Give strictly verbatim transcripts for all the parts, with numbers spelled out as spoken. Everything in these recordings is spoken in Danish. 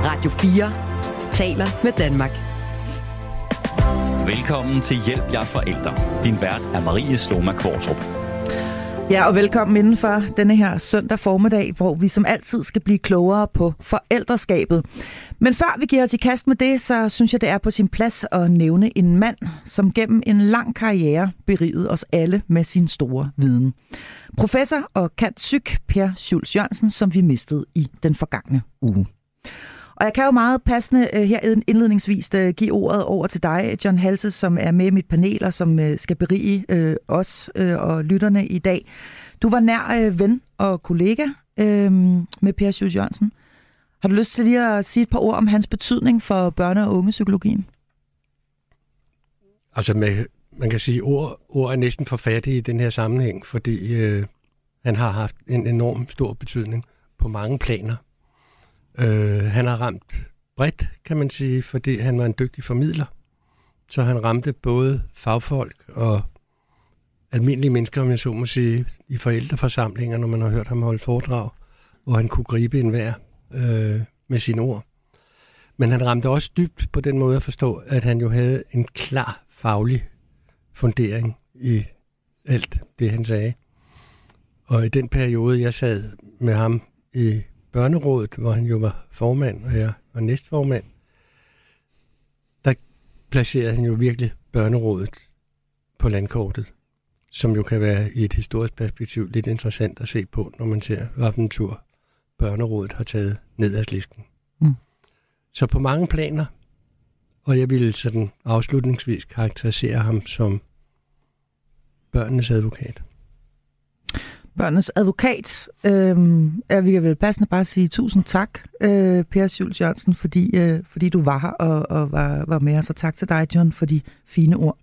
Radio fire taler med Danmark. Velkommen til Hjælp jer forældre. Din vært er Marie Sloma Kvartrup. Ja, og velkommen indenfor denne her søndag formiddag, hvor vi som altid skal blive klogere på forældreskabet. Men før vi giver os i kast med det, så synes jeg, det er på sin plads at nævne en mand, som gennem en lang karriere berigede os alle med sin store viden. Professor og cand.psych Per Schultz Jørgensen, som vi mistede i den forgangne uge. Og jeg kan jo meget passende her indledningsvis give ordet over til dig, John Halse, som er med i mit panel og som skal berige os og lytterne i dag. Du var nær ven og kollega med Per Schultz Jørgensen. Har du lyst til lige at sige et par ord om hans betydning for børne- og ungepsykologien? Altså, med, man kan sige, at ord, ord er næsten for fattige i den her sammenhæng, fordi øh, han har haft en enorm stor betydning på mange planer. Øh, han har ramt bredt, kan man sige, fordi han var en dygtig formidler. Så han ramte både fagfolk og almindelige mennesker, om jeg så må sige, i forældreforsamlinger, når man har hørt ham holde foredrag, hvor han kunne gribe enhver øh, med sine ord. Men han ramte også dybt på den måde at forstå, at han jo havde en klar faglig fundering i alt det, han sagde. Og i den periode, jeg sad med ham i Børnerådet, hvor han jo var formand, og jeg var næstformand, der placerede han jo virkelig Børnerådet på landkortet, som jo kan være i et historisk perspektiv lidt interessant at se på, når man ser, hvilken tur Børnerådet har taget ned ad listen. Mm. Så på mange planer, og jeg ville sådan afslutningsvis karakterisere ham som børnenes advokat. Børnenes advokat. Øhm, ja, vi kan vel passende bare sige tusind tak, øh, Per Schultz Jørgensen, fordi, øh, fordi du var her og, og var, var med os. Og tak til dig, John, for de fine ord.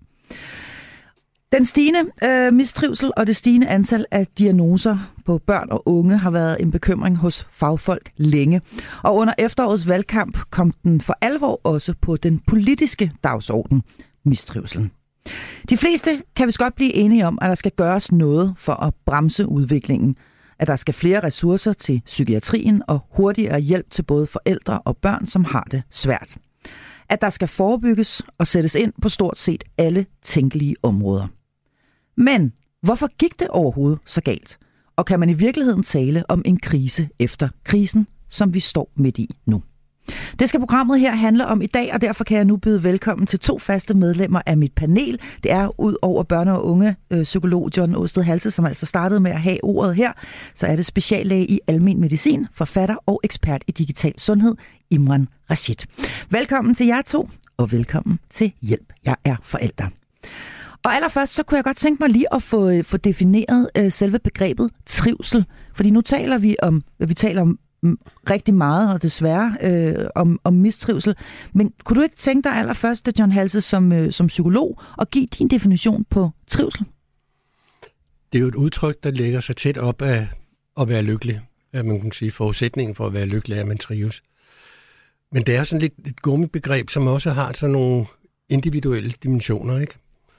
Den stigende øh, mistrivsel og det stigende antal af diagnoser på børn og unge har været en bekymring hos fagfolk længe. Og under efterårets valgkamp kom den for alvor også på den politiske dagsorden, mistrivselen. De fleste kan vist godt blive enige om, at der skal gøres noget for at bremse udviklingen. At der skal flere ressourcer til psykiatrien og hurtigere hjælp til både forældre og børn, som har det svært. At der skal forebygges og sættes ind på stort set alle tænkelige områder. Men hvorfor gik det overhovedet så galt? Og kan man i virkeligheden tale om en krise efter krisen, som vi står midt i nu? Det skal programmet her handle om i dag, og derfor kan jeg nu byde velkommen til to faste medlemmer af mit panel. Det er ud over børne- og unge øh, psykolog John Aasted Halse, som altså startede med at have ordet her. Så er det speciallæge i almen medicin, forfatter og ekspert i digital sundhed, Imran Rashid. Velkommen til jer to, og velkommen til Hjælp jeg er forældre. Og allerførst, så kunne jeg godt tænke mig lige at få, få defineret øh, selve begrebet trivsel. Fordi nu taler vi om, vi taler om rigtig meget, og desværre, øh, om, om mistrivsel. Men kunne du ikke tænke dig allerførst, John Halse, som, øh, som psykolog, at give din definition på trivsel? Det er jo et udtryk, der lægger sig tæt op af at være lykkelig. At man kan sige, forudsætningen for at være lykkelig er, at man trives. Men det er sådan lidt et gummibegreb, som også har sådan nogle individuelle dimensioner, ikke?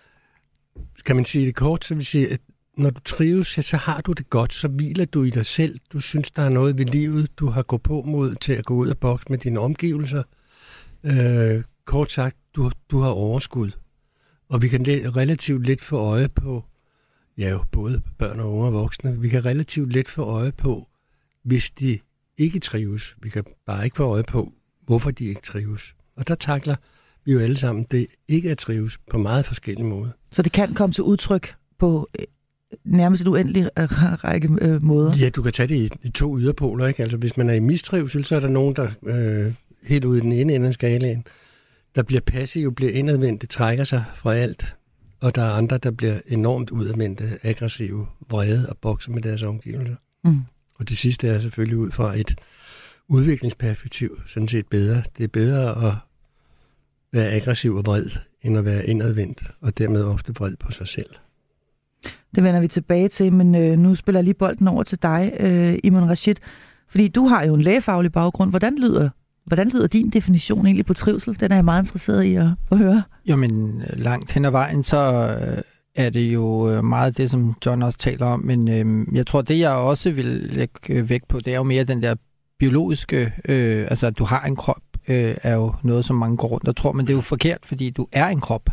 Kan man sige det kort, så vil sige, at når du trives, så har du det godt, så hviler du i dig selv. Du synes, der er noget ved livet, du har gået på mod til at gå ud og bokse med dine omgivelser. Øh, kort sagt, du, du har overskud. Og vi kan relativt let få øje på, ja jo, både børn og unge og voksne, vi kan relativt let få øje på, hvis de ikke trives. Vi kan bare ikke få øje på, hvorfor de ikke trives. Og der takler vi jo alle sammen det ikke at trives på meget forskellige måder. Så det kan komme til udtryk på nærmest et uendeligt række øh, måder? Ja, du kan tage det i, i to yderpoler, ikke? Altså, hvis man er i mistrivsel, så er der nogen, der øh, helt ude i den ene ende af skalaen, der bliver passiv, bliver indadvendte, trækker sig fra alt. Og der er andre, der bliver enormt udadvendte, aggressive, vrede og bokser med deres omgivelser. Mm. Og det sidste er selvfølgelig ud fra et udviklingsperspektiv sådan set bedre. Det er bedre at være aggressiv og vred, end at være indadvendt, og dermed ofte vred på sig selv. Det vender vi tilbage til, men øh, nu spiller jeg lige bolden over til dig, øh, Imran Rashid. Fordi du har jo en lægefaglig baggrund. Hvordan lyder, hvordan lyder din definition egentlig på trivsel? Den er jeg meget interesseret i at, at høre. Jamen, langt hen ad vejen, så øh, er det jo meget det, som John også taler om. Men øh, jeg tror, det jeg også vil lægge vægt på, det er jo mere den der biologiske, øh, altså at du har en krop, øh, er jo noget, som mange går rundt og tror, men det er jo forkert, fordi du er en krop.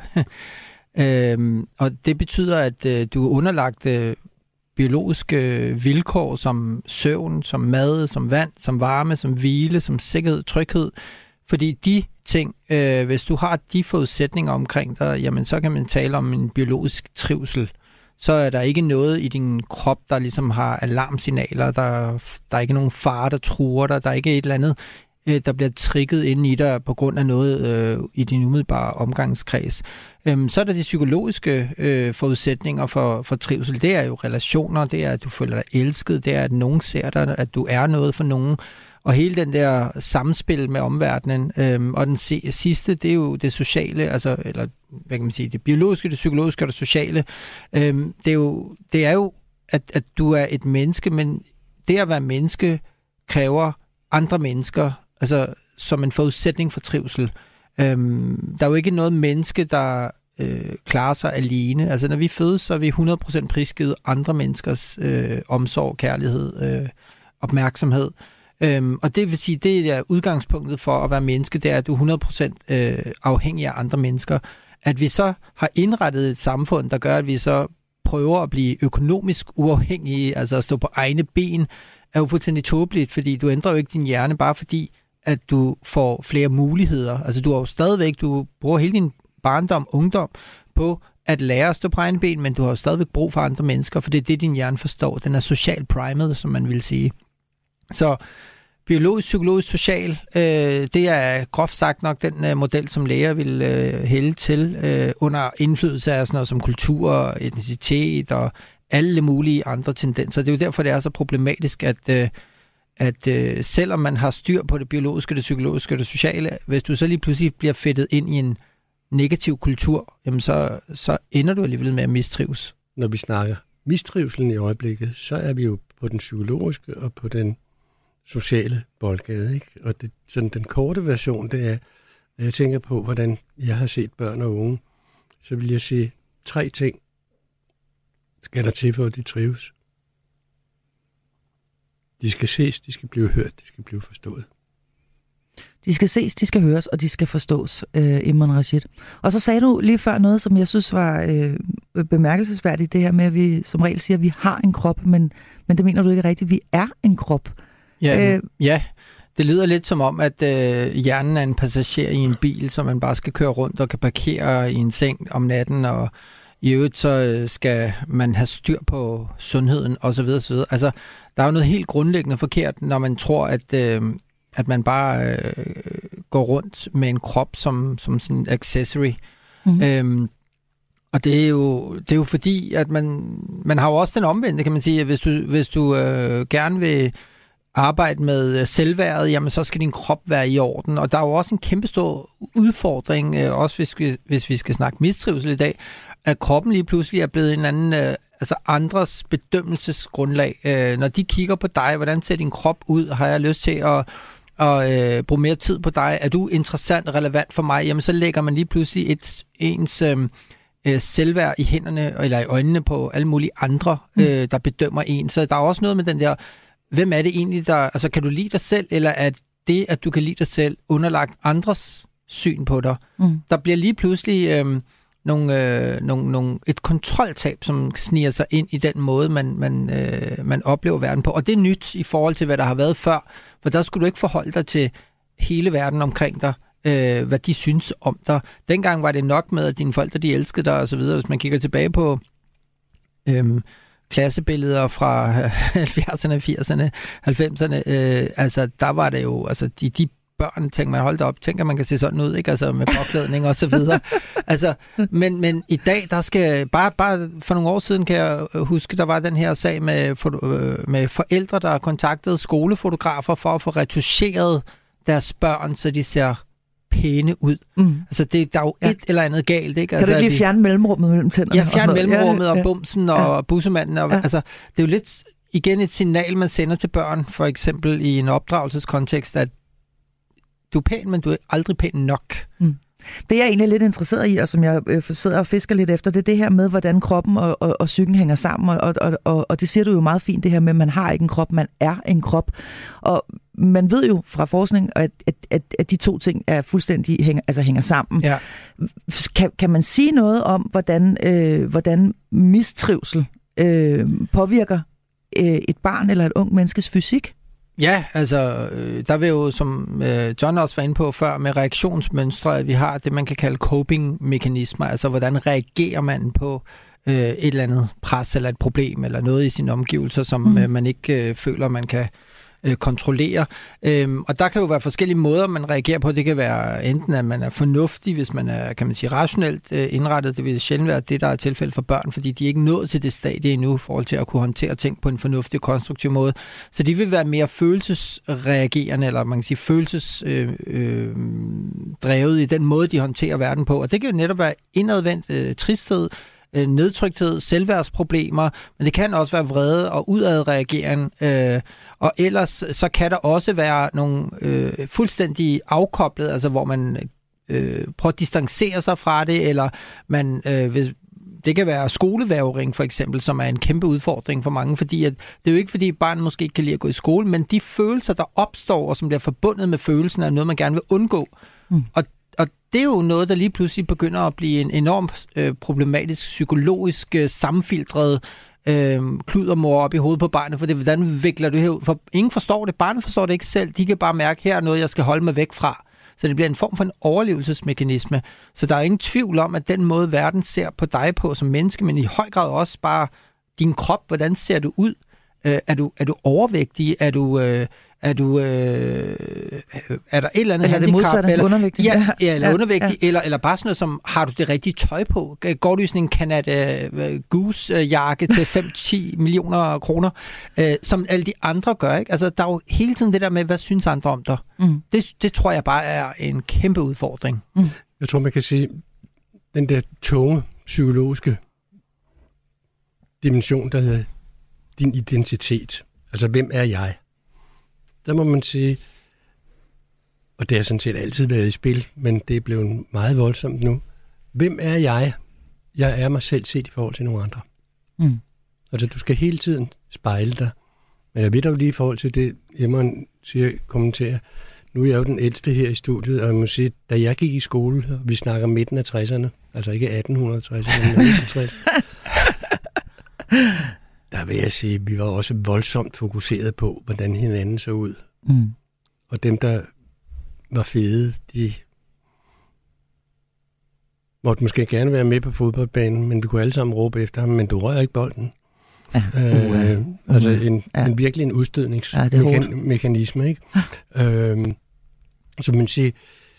øhm, og det betyder, at øh, du er underlagt øh, biologiske vilkår som søvn, som mad, som vand, som varme, som hvile, som sikkerhed, tryghed. Fordi de ting, øh, hvis du har de forudsætninger omkring dig, jamen så kan man tale om en biologisk trivsel. Så er der ikke noget i din krop, der ligesom har alarmsignaler, der, der er ikke nogen fare, der truer dig, der er ikke et eller andet, øh, der bliver trigget ind i dig på grund af noget øh, i din umiddelbare omgangskreds. Øhm, så er der de psykologiske øh, forudsætninger for, for trivsel. Det er jo relationer, det er, at du føler dig elsket, det er, at nogen ser dig, at du er noget for nogen. Og hele den der samspil med omverdenen. Øhm, og den sidste, det er jo det sociale, altså, eller hvad kan man sige, det biologiske, det psykologiske og det sociale. Øhm, det, er jo, det er jo, at, at du er et menneske, men det at være menneske kræver andre mennesker, altså som en forudsætning for trivsel. Øhm, der er jo ikke noget menneske, der øh, klarer sig alene. Altså når vi fødes, så er vi hundrede procent prisgivet andre menneskers øh, omsorg, kærlighed, øh, opmærksomhed. Øhm, og det vil sige, det er udgangspunktet for at være menneske, det er, at du er hundrede procent øh, afhængig af andre mennesker. At vi så har indrettet et samfund, der gør, at vi så prøver at blive økonomisk uafhængige, altså at stå på egne ben, er jo fuldstændig tåbeligt, fordi du ændrer jo ikke din hjerne bare fordi, at du får flere muligheder. Altså du har jo stadigvæk, du bruger hele din barndom, ungdom på at lære at stå på egne ben, men du har jo stadigvæk brug for andre mennesker, for det er det, din hjerne forstår. Den er social primed, som man vil sige. Så biologisk, psykologisk, social, øh, det er groft sagt nok den øh, model, som læger vil øh, hælde til øh, under indflydelse af sådan noget som kultur, etnicitet og alle mulige andre tendenser. Det er jo derfor, det er så problematisk, at, øh, at øh, selvom man har styr på det biologiske, det psykologiske og det sociale, hvis du så lige pludselig bliver fedtet ind i en negativ kultur, jamen så, så ender du alligevel med at mistrives. Når vi snakker mistrivselen i øjeblikket, så er vi jo på den psykologiske og på den sociale boldgade, ikke? Og det, sådan den korte version, det er, når jeg tænker på, hvordan jeg har set børn og unge, så vil jeg sige, tre ting skal der til, for at de trives. De skal ses, de skal blive hørt, de skal blive forstået. De skal ses, de skal høres, og de skal forstås, øh, Imran Rashid. Og så sagde du lige før noget, som jeg synes var øh, bemærkelsesværdigt, det her med, at vi som regel siger, at vi har en krop, men, men det mener du ikke rigtigt. Vi er en krop. Ja, øh, ja, det lyder lidt som om, at øh, hjernen er en passager i en bil, som man bare skal køre rundt og kan parkere i en seng om natten, og i øvrigt så skal man have styr på sundheden osv. osv. Altså, der er jo noget helt grundlæggende forkert, når man tror, at, øh, at man bare øh, går rundt med en krop som, som sådan en accessory. Mm-hmm. Øhm, og det er jo, det er jo fordi, at man, man har jo også den omvendte, kan man sige, at hvis du, hvis du øh, gerne vil arbejde med selvværdet, jamen så skal din krop være i orden. Og der er jo også en kæmpestor udfordring, øh, også hvis vi, hvis vi skal snakke mistrivsel i dag, at kroppen lige pludselig er blevet en anden, øh, altså andres bedømmelsesgrundlag. Øh, når de kigger på dig, hvordan ser din krop ud? Har jeg lyst til at, at øh, bruge mere tid på dig? Er du interessant og relevant for mig? Jamen så lægger man lige pludselig et, ens øh, øh, selvværd i hænderne, eller i øjnene på alle mulige andre, øh, der bedømmer en. Så der er også noget med den der, hvem er det egentlig, der... Altså, kan du lide dig selv, eller er det, at du kan lide dig selv, underlagt andres syn på dig? Mm. Der bliver lige pludselig øh, nogle, øh, nogle, nogle, et kontroltab, som sniger sig ind i den måde, man, man, øh, man oplever verden på. Og det er nyt i forhold til, hvad der har været før. For der skulle du ikke forholde dig til hele verden omkring dig, øh, hvad de synes om dig. Dengang var det nok med, at dine forældre, de elskede dig, og så videre. Hvis man kigger tilbage på... Øh, klassebilleder fra halvfjerdserne, firserne, halvfemserne, øh, altså der var det jo, altså de, de børn, tænker man, hold da op, tænker man kan se sådan ud, ikke? Altså med påklædning og så videre. Altså, men, men i dag, der skal, bare, bare for nogle år siden kan jeg huske, der var den her sag med, for, med forældre, der kontaktede skolefotografer for at få retuscheret deres børn, så de ser pæne ud. Mm. Altså, det, der er jo ja. et eller andet galt, ikke? Kan altså, du ikke lige fjerne mellemrummet mellem tænderne? Ja, fjerne mellemrummet ja, ja. og bumsen og ja. bussemanden. Og, ja. Altså, det er jo lidt igen et signal, man sender til børn, for eksempel i en opdragelseskontekst, at du er pæn, men du er aldrig pæn nok. Mm. Det jeg egentlig er lidt interesseret i, og som jeg øh, sidder og fisker lidt efter, det er det her med, hvordan kroppen og, og, og psyken hænger sammen. Og, og, og, og det siger du jo meget fint, det her med, at man har ikke en krop, man er en krop. Og man ved jo fra forskning, at, at, at, at de to ting er fuldstændig hænger, altså hænger sammen. Ja. Kan, kan man sige noget om, hvordan, øh, hvordan mistrivsel øh, påvirker øh, et barn eller et ung menneskes fysik? Ja, altså, øh, der vil jo, som øh, John også var inde på før, med reaktionsmønstre, at vi har det, man kan kalde coping-mekanismer, altså hvordan reagerer man på øh, et eller andet pres eller et problem, eller noget i sine omgivelser, som mm. øh, man ikke øh, føler, man kan øh, kontrollere. Øhm, og der kan jo være forskellige måder, man reagerer på. Det kan være enten, at man er fornuftig, hvis man er, kan man sige, rationelt øh, indrettet. Det vil sjældent være det, der er tilfælde for børn, fordi de er ikke nået til det stadie endnu, i forhold til at kunne håndtere ting på en fornuftig og konstruktiv måde. Så de vil være mere følelsesreagerende, eller man kan sige følelsesdrevet øh, øh, i den måde, de håndterer verden på. Og det kan jo netop være indadvendt øh, tristhed, øh, nedtrykthed, selvværdsproblemer, men det kan også være vrede og udadreageren. Øh, og ellers så kan der også være nogle øh, fuldstændig afkoblet, altså hvor man øh, prøver at distancere sig fra det, eller man øh, vil det kan være skolevægring for eksempel, som er en kæmpe udfordring for mange, fordi at, det er jo ikke fordi barnet måske ikke kan lide at gå i skole, men de følelser, der opstår, og som bliver forbundet med følelsen, er noget, man gerne vil undgå. Mm. Og, og det er jo noget, der lige pludselig begynder at blive en enormt øh, problematisk, psykologisk øh, sammenfiltret øh, kludermor op i hovedet på barnet, for det, hvordan vikler du herud? For ingen forstår det, barnet forstår det ikke selv, de kan bare mærke, her er noget, jeg skal holde mig væk fra. Så det bliver en form for en overlevelsesmekanisme. Så der er ingen tvivl om, at den måde, verden ser på dig på som menneske, men i høj grad også bare din krop, hvordan ser du ud? Øh, er, du, er du overvægtig? Er du... Øh, er du øh, er der et eller andet eller handicap? Modsatte, eller undervægtig. Ja, ja, eller ja, undervægtig, ja. eller, eller bare sådan noget som, har du det rigtige tøj på? Går du i sådan en Canada uh, Goose-jakke til fem til ti millioner kroner, uh, som alle de andre gør, ikke? Altså, der er jo hele tiden det der med, hvad synes andre om dig? Mm. Det, det tror jeg bare er en kæmpe udfordring. Mm. Jeg tror, man kan sige, den der tunge psykologiske dimension, der hedder din identitet. Altså, hvem er jeg? Der må man sige, og det har sådan set altid været i spil, men det er blevet meget voldsomt nu. Hvem er jeg? Jeg er mig selv set i forhold til nogle andre. Mm. Altså, du skal hele tiden spejle dig. Men jeg ved jo lige i forhold til det, Emma siger, kommenterer. Nu er jeg jo den ældste her i studiet, og jeg må sige, da jeg gik i skole, og vi snakker midten af tresserne, altså ikke atten tresserne, men nitten tres, der vil jeg sige, at vi var også voldsomt fokuseret på, hvordan hinanden så ud. Mm. Og dem, der var fede, de måtte måske gerne være med på fodboldbanen, men vi kunne alle sammen råbe efter ham, men du rører ikke bolden. Ja. Øh, uh, uh, altså en, ja. en virkelig en udstødningsmekanisme, ikke? øhm, så man siger,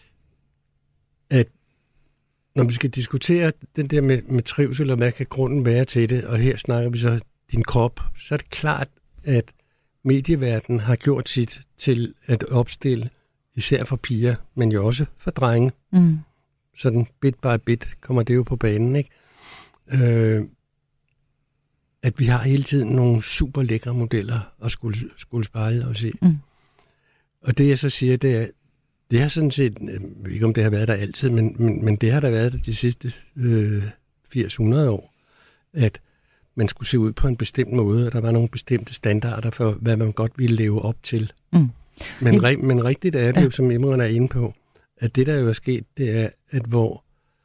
at når vi skal diskutere den der med, med trivsel, og hvad kan grunden være til det, og her snakker vi så din krop, så er det klart, at medieverdenen har gjort sit til at opstille, især for piger, men jo også for drenge. Mm. Sådan bit by bit kommer det jo på banen, ikke? Øh, at vi har hele tiden nogle super lækre modeller at skulle, skulle spejle og se. Mm. Og det jeg så siger, det er, det har sådan set, jeg ved ikke om det har været der altid, men, men, men det har der været der de sidste øh, firs hundrede år, at man skulle se ud på en bestemt måde, og der var nogle bestemte standarder for, hvad man godt ville leve op til. Mm. Men, ri- men rigtigt er det ja. jo, som Imran er inde på, at det, der jo er sket, det er, at hvor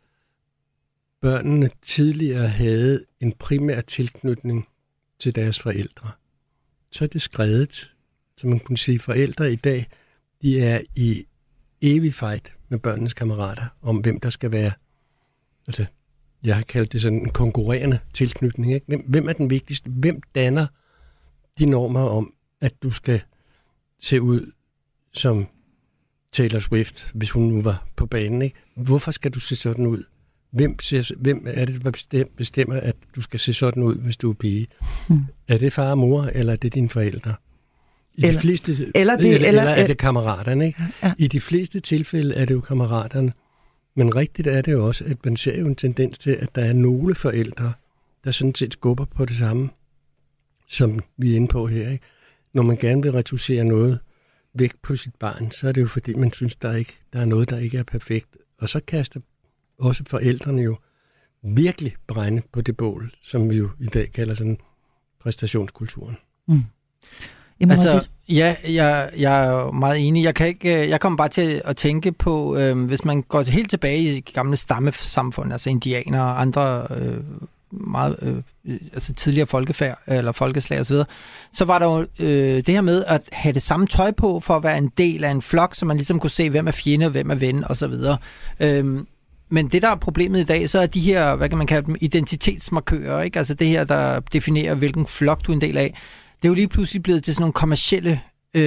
børnene tidligere havde en primær tilknytning til deres forældre, så er det skredet, så man kunne sige, forældre i dag, de er i evig fight med børnenes kammerater, om hvem der skal være, altså, jeg har kaldt det sådan en konkurrerende tilknytning. Ikke? Hvem, hvem er den vigtigste? Hvem danner de normer om, at du skal se ud som Taylor Swift, hvis hun nu var på banen? Ikke? Hvorfor skal du se sådan ud? Hvem, ser, hvem er det, der bestemmer, at du skal se sådan ud, hvis du er pige? Hmm. Er det far og mor, eller er det dine forældre? I eller, de fleste, eller, det, eller, eller, eller er det kammeraterne? Ikke? Ja. I de fleste tilfælde er det jo kammeraterne. Men rigtigt er det jo også, at man ser jo en tendens til, at der er nogle forældre, der sådan set skubber på det samme, som vi er inde på her. Ikke? Når man gerne vil reducere noget væk på sit barn, så er det jo fordi, man synes, der, ikke, der er noget, der ikke er perfekt. Og så kaster også forældrene jo virkelig brænde på det bål, som vi jo i dag kalder sådan præstationskulturen. Mm. Jamen, altså, ja, jeg, jeg er meget enig. Jeg, kan ikke, jeg kommer bare til at tænke på, øh, hvis man går helt tilbage i gamle stammesamfund, altså indianer og andre øh, meget øh, altså tidligere folkefærd eller folkeslag osv., så var der jo øh, det her med at have det samme tøj på for at være en del af en flok, så man ligesom kunne se, hvem er fjende og hvem er ven osv. Øh, men det, der er problemet i dag, så er de her, hvad kan man kalde dem, identitetsmarkører, ikke? Altså det her, der definerer, hvilken flok du er en del af. Det er jo lige pludselig blevet til sådan nogle kommercielle...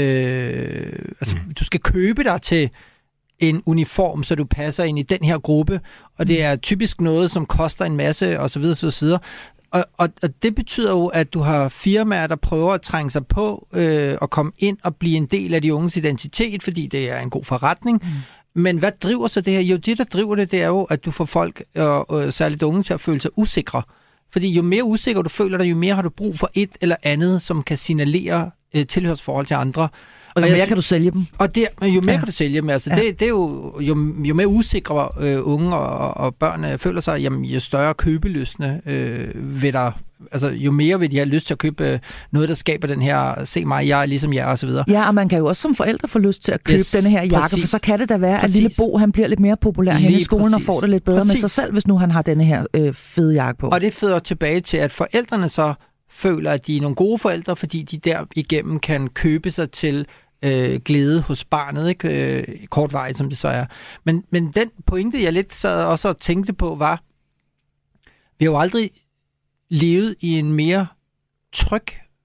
Øh, altså, mm. du skal købe dig til en uniform, så du passer ind i den her gruppe, og det er typisk noget, som koster en masse, og så videre, så videre. Og, og, og det betyder jo, at du har firmaer, der prøver at trænge sig på øh, og komme ind og blive en del af de unges identitet, fordi det er en god forretning. Mm. Men hvad driver så det her? Jo, det, der driver det, det er jo, at du får folk, og, og særligt unge, til at føle sig usikre. Fordi jo mere usikker du føler dig, jo mere har du brug for et eller andet, som kan signalere øh, tilhørsforhold til andre. Og jo mere kan du sælge dem. Og det, jo mere ja. kan du sælge dem. Altså, ja. det, det er jo, jo, jo mere usikre øh, unge og, og børn øh, føler sig, jamen, jo større købelystne øh, vil der... Altså, jo mere vil de have lyst til at købe øh, noget, der skaber den her, se mig, jeg er ligesom jer, og så videre. Ja, og man kan jo også som forældre få lyst til at købe yes, denne her jakke, præcis. For så kan det da være, præcis. At lille Bo, han bliver lidt mere populær hen i skolen, præcis. Og får det lidt bedre præcis. Med sig selv, hvis nu han har denne her øh, fede jakke på. Og det fører tilbage til, at forældrene så føler, at de er nogle gode forældre, fordi de derigennem kan købe sig til øh, glæde hos barnet, ikke? Øh, kortvarigt, som det så er. Men, men den pointe, jeg lidt sad også og tænkte på, var, vi har jo aldrig levet i en mere tryg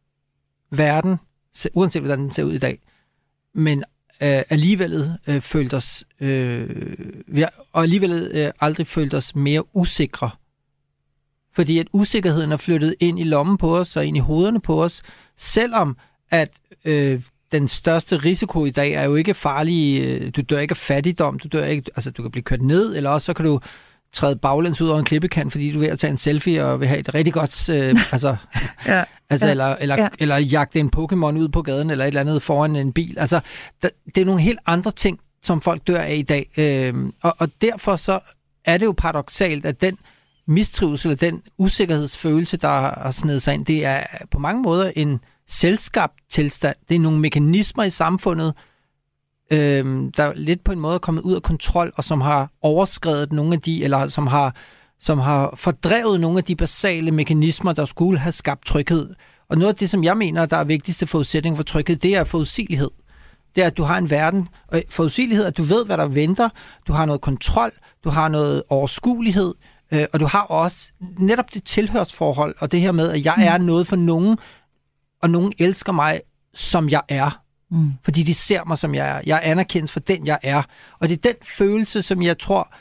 verden, uanset hvordan den ser ud i dag, men øh, alligevel øh, følt os, øh, vi har, og alligevel øh, aldrig følt os mere usikre. Fordi at usikkerheden er flyttet ind i lommen på os og ind i hovederne på os, selvom at øh, den største risiko i dag er jo ikke farlig, øh, du dør ikke af fattigdom, du dør ikke, altså du kan blive kørt ned, eller også så kan du træde baglæns ud over en klippekant, fordi du er ved at tage en selfie og vil have et rigtig godt, øh, altså, ja, altså ja, eller, eller, ja. eller jagte en Pokémon ud på gaden, eller et eller andet foran en bil. Altså, der, det er nogle helt andre ting, som folk dør af i dag. Øh, og, og derfor så er det jo paradoksalt, at den mistrivsel, eller den usikkerhedsfølelse, der har snedet sig ind, det er på mange måder en selvskabt tilstand. Det er nogle mekanismer i samfundet, Øhm, der lidt på en måde er kommet ud af kontrol, og som har overskredet nogle af de, eller som har, som har fordrevet nogle af de basale mekanismer, der skulle have skabt tryghed. Og noget af det, som jeg mener, der er vigtigste forudsætning for tryghed, det er forudsigelighed. Det er, at du har en verden, og forudsigelighed, at du ved, hvad der venter, du har noget kontrol, du har noget overskuelighed, øh, og du har også netop det tilhørsforhold, og det her med, at jeg er noget for nogen, og nogen elsker mig, som jeg er. Mm. Fordi de ser mig, som jeg er. Jeg anerkendes for den, jeg er. Og det er den følelse, som jeg tror,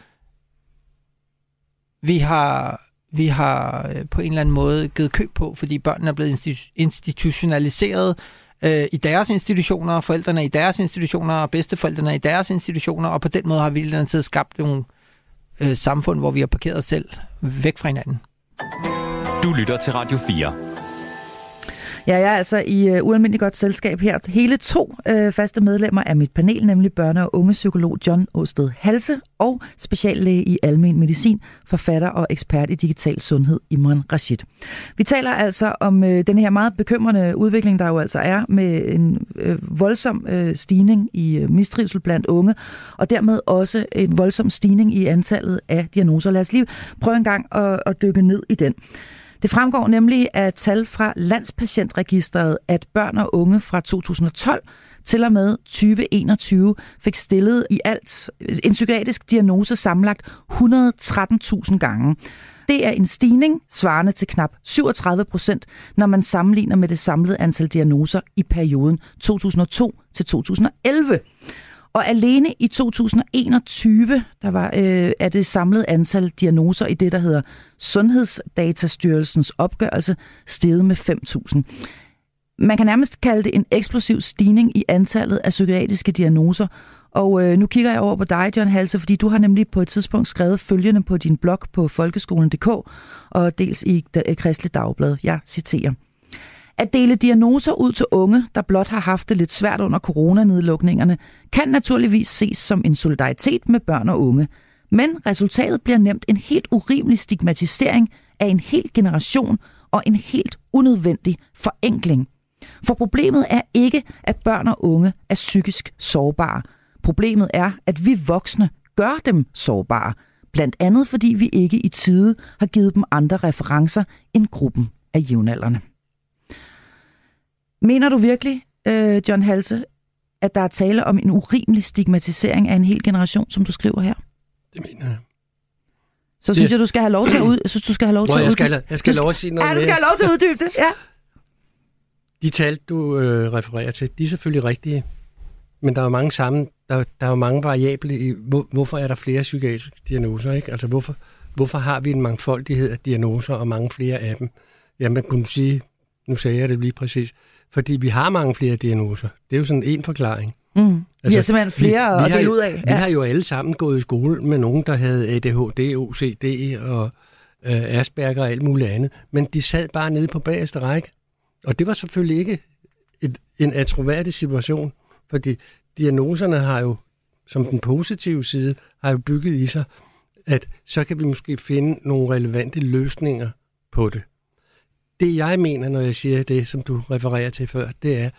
vi har, vi har på en eller anden måde givet køb på, fordi børnene er blevet institu- institutionaliseret øh, i deres institutioner, forældrene er i deres institutioner, og bedsteforældrene er i deres institutioner, og på den måde har vi i tid skabt nogle øh, samfund, hvor vi har parkeret os selv væk fra hinanden. Du lytter til Radio fire. Ja, jeg er altså i uh, ualmindelig godt selskab her. Hele to uh, faste medlemmer af mit panel, nemlig børne- og ungepsykolog John Aasted Halse og speciallæge i almen medicin, forfatter og ekspert i digital sundhed Imran Rashid. Vi taler altså om uh, den her meget bekymrende udvikling, der jo altså er med en uh, voldsom uh, stigning i uh, mistrivsel blandt unge, og dermed også en voldsom stigning i antallet af diagnoser. Lad os lige prøve en gang at, at dykke ned i den. Det fremgår nemlig af tal fra Landspatientregisteret, at børn og unge fra to tusind og tolv til og med tyve enogtyve fik stillet i alt en psykiatrisk diagnose sammenlagt et hundrede og tretten tusind gange. Det er en stigning svarende til knap syvogtredive procent, når man sammenligner med det samlede antal diagnoser i perioden to tusind og to til to tusind og elleve. Og alene i to tusind og enogtyve, der var øh, er det samlede antal diagnoser i det, der hedder Sundhedsdatastyrelsens opgørelse, steget med fem tusind. Man kan nærmest kalde det en eksplosiv stigning i antallet af psykiatriske diagnoser. Og øh, nu kigger jeg over på dig, John Halse, fordi du har nemlig på et tidspunkt skrevet følgende på din blog på folkeskolen punktum d k og dels i Kristeligt Dagblad. Jeg citerer. At dele diagnoser ud til unge, der blot har haft det lidt svært under coronanedlukningerne, kan naturligvis ses som en solidaritet med børn og unge. Men resultatet bliver nemt en helt urimelig stigmatisering af en hel generation og en helt unødvendig forenkling. For problemet er ikke, at børn og unge er psykisk sårbare. Problemet er, at vi voksne gør dem sårbare. Blandt andet fordi vi ikke i tide har givet dem andre referencer end gruppen af jævnaldrende. Mener du virkelig, øh, John Halse, at der er tale om en urimelig stigmatisering af en hel generation, som du skriver her? Det mener jeg. Så synes det... jeg, du skal have lov til at ud. Jeg synes, du skal have lov til Nå, at jeg skal, uddybe. jeg skal lov at sige noget. Ja, du skal have lov til at uddybe det. Ja. De tal, du øh, refererer til, de er selvfølgelig rigtige. Men der er jo mange sammen, der, der er jo mange variable i, hvor, hvorfor er der flere psykiatriske diagnoser, ikke? Altså hvorfor, hvorfor har vi en mangfoldighed af diagnoser og mange flere af dem? Ja, man kunne sige, nu sagde jeg det lige præcis, fordi vi har mange flere diagnoser. Det er jo sådan en forklaring. Mm. Altså, vi har simpelthen flere vi, vi at dele ud af. Vi ja. har jo alle sammen gået i skole med nogen, der havde A D H D, O C D og øh, Asperger og alt muligt andet. Men de sad bare nede på bagerste række. Og det var selvfølgelig ikke et, en atroværdig situation, fordi diagnoserne har jo, som den positive side, har jo bygget i sig, at så kan vi måske finde nogle relevante løsninger på det. Det jeg mener, når jeg siger det, som du refererer til før, det er,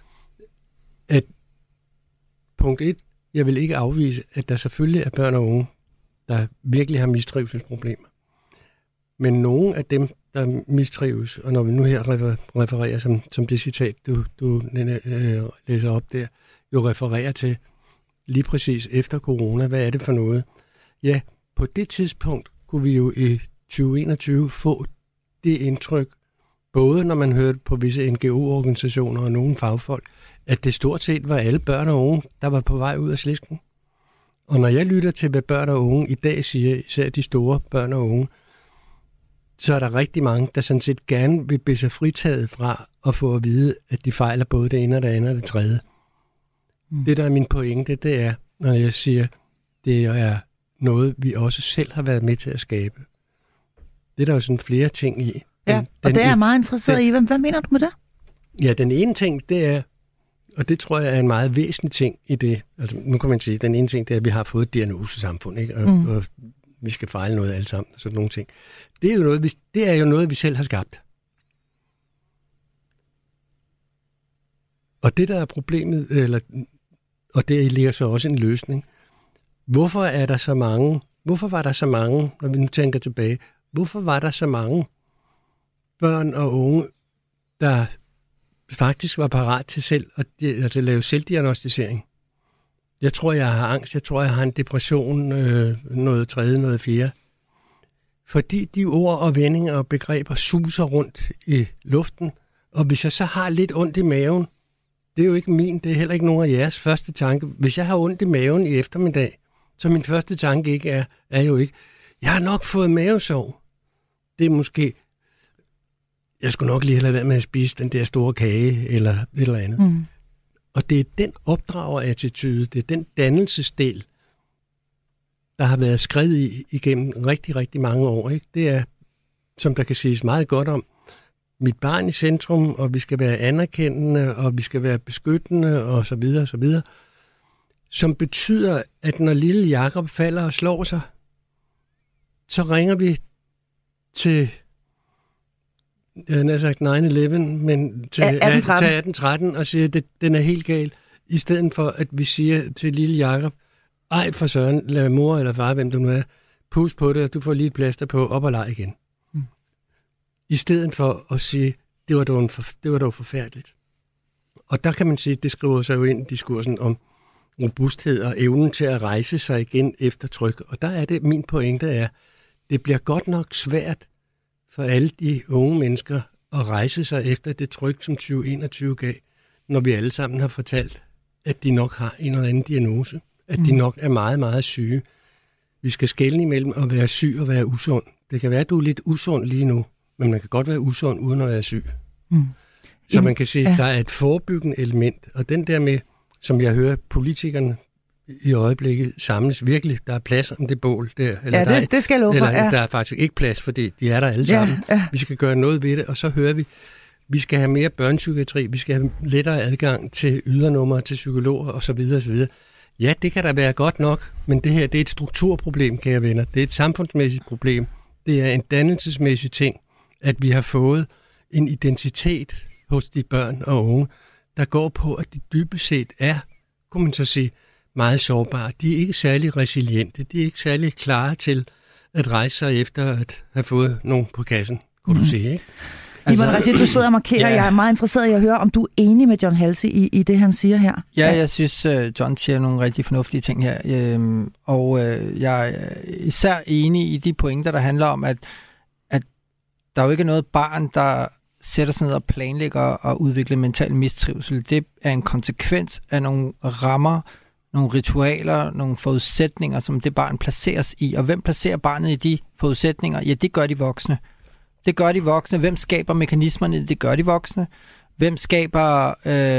at punkt et, jeg vil ikke afvise, at der selvfølgelig er børn og unge, der virkelig har mistrivselsproblemer. Men nogle af dem, der mistrives, og når vi nu her refererer som, som det citat, du, du øh, læser op der, jo refererer til lige præcis efter corona, hvad er det for noget? Ja, på det tidspunkt kunne vi jo i tyve enogtyve få det indtryk, både når man hørte på visse N G O-organisationer og nogle fagfolk, at det stort set var alle børn og unge, der var på vej ud af slisken. Og når jeg lytter til, hvad børn og unge i dag siger, især de store børn og unge, så er der rigtig mange, der sådan set gerne vil blive sig fritaget fra at få at vide, at de fejler både det ene og det andet og det tredje. Mm. Det, der er min pointe, det er, når jeg siger, det er noget, vi også selv har været med til at skabe. Det er der jo sådan flere ting i. Ja, den, og det er jeg meget interesseret den, i. Hvad, hvad mener du med det? Ja, den ene ting, det er, og det tror jeg er en meget væsentlig ting i det. Altså, nu kan man sige, den ene ting, det er, at vi har fået et diagnosesamfund, ikke? Og, mm. og vi skal fejle noget alle sammen, sådan nogle ting. Det er jo noget, vi, det er jo noget, vi selv har skabt. Og det, der er problemet, eller, og det ligger så også en løsning. Hvorfor er der så mange, hvorfor var der så mange, når vi nu tænker tilbage, hvorfor var der så mange børn og unge, der faktisk var parat til selv at, at lave selvdiagnostisering? Jeg tror, jeg har angst. Jeg tror, jeg har en depression, øh, noget tredje, noget fjerde. Fordi de ord og vendinger og begreber suser rundt i luften, og hvis jeg så har lidt ondt i maven, det er jo ikke min, det er heller ikke nogen af jeres første tanke. Hvis jeg har ondt i maven i eftermiddag, så min første tanke ikke er, er jo ikke, jeg har nok fået mavesår. Det er måske, jeg skulle nok lige have været med at spise den der store kage, eller et eller andet. Mm. Og det er den opdragerattitude, det er den dannelsesdel, der har været skrevet i igennem rigtig, rigtig mange år. Ikke? Det er, som der kan siges meget godt om, mit barn i centrum, og vi skal være anerkendende, og vi skal være beskyttende, og så videre, og så videre. Som betyder, at når lille Jakob falder og slår sig, så ringer vi til, jeg har sagt nine eleven, men til atten tretten og siger, at den er helt gal, i stedet for, at vi siger til lille Jakob, ej for søren, lad mor eller far, hvem du nu er, pus på det, og du får lige et plaster på, op og leg igen. Mm. I stedet for at sige, det var dog, for, det var dog forfærdeligt. Og der kan man sige, det skriver sig jo ind i diskursen om robusthed og evnen til at rejse sig igen efter tryk. Og der er det, min pointe er, det bliver godt nok svært for alle de unge mennesker at rejse sig efter det tryk, som tyve enogtyve gav, når vi alle sammen har fortalt, at de nok har en eller anden diagnose, at de nok er meget, meget syge. Vi skal skelne imellem at være syg og være usund. Det kan være, at du er lidt usund lige nu, men man kan godt være usund uden at være syg. Mm. Så man kan sige, at der er et forebyggende element, og den der med, som jeg hører politikerne i øjeblikket samles virkelig, der er plads om det bål der. Eller ja, det, der, det skal jeg love for. Eller ja. der er faktisk ikke plads, fordi de er der alle sammen. Ja, ja. Vi skal gøre noget ved det, og så hører vi, vi skal have mere børnepsykiatri, vi skal have lettere adgang til ydernumre, til psykologer osv. osv. Ja, det kan da være godt nok, men det her det er et strukturproblem, kære venner. Det er et samfundsmæssigt problem. Det er en dannelsesmæssig ting, at vi har fået en identitet hos de børn og unge, der går på, at de dybest set er, kunne man så sige, meget sårbare. De er ikke særlig resiliente. De er ikke særlig klare til at rejse sig efter at have fået nogen på kassen, kunne mm. du sige, ikke? Altså, Ivan Rashid, du sidder og markerer. Yeah. Jeg er meget interesseret i at høre, om du er enig med John Halsey i, i det, han siger her. Ja, jeg synes, uh, John siger nogle rigtig fornuftige ting her. Øhm, og uh, jeg er især enig i de pointer, der handler om, at, at der er jo ikke noget barn, der sætter sig ned og planlægger og udvikler mental mistrivsel. Det er en konsekvens af nogle rammer, nogle ritualer, nogle forudsætninger, som det barn placeres i. Og hvem placerer barnet i de forudsætninger? Ja, det gør de voksne. Det gør de voksne. Hvem skaber mekanismerne? Det gør de voksne. Hvem skaber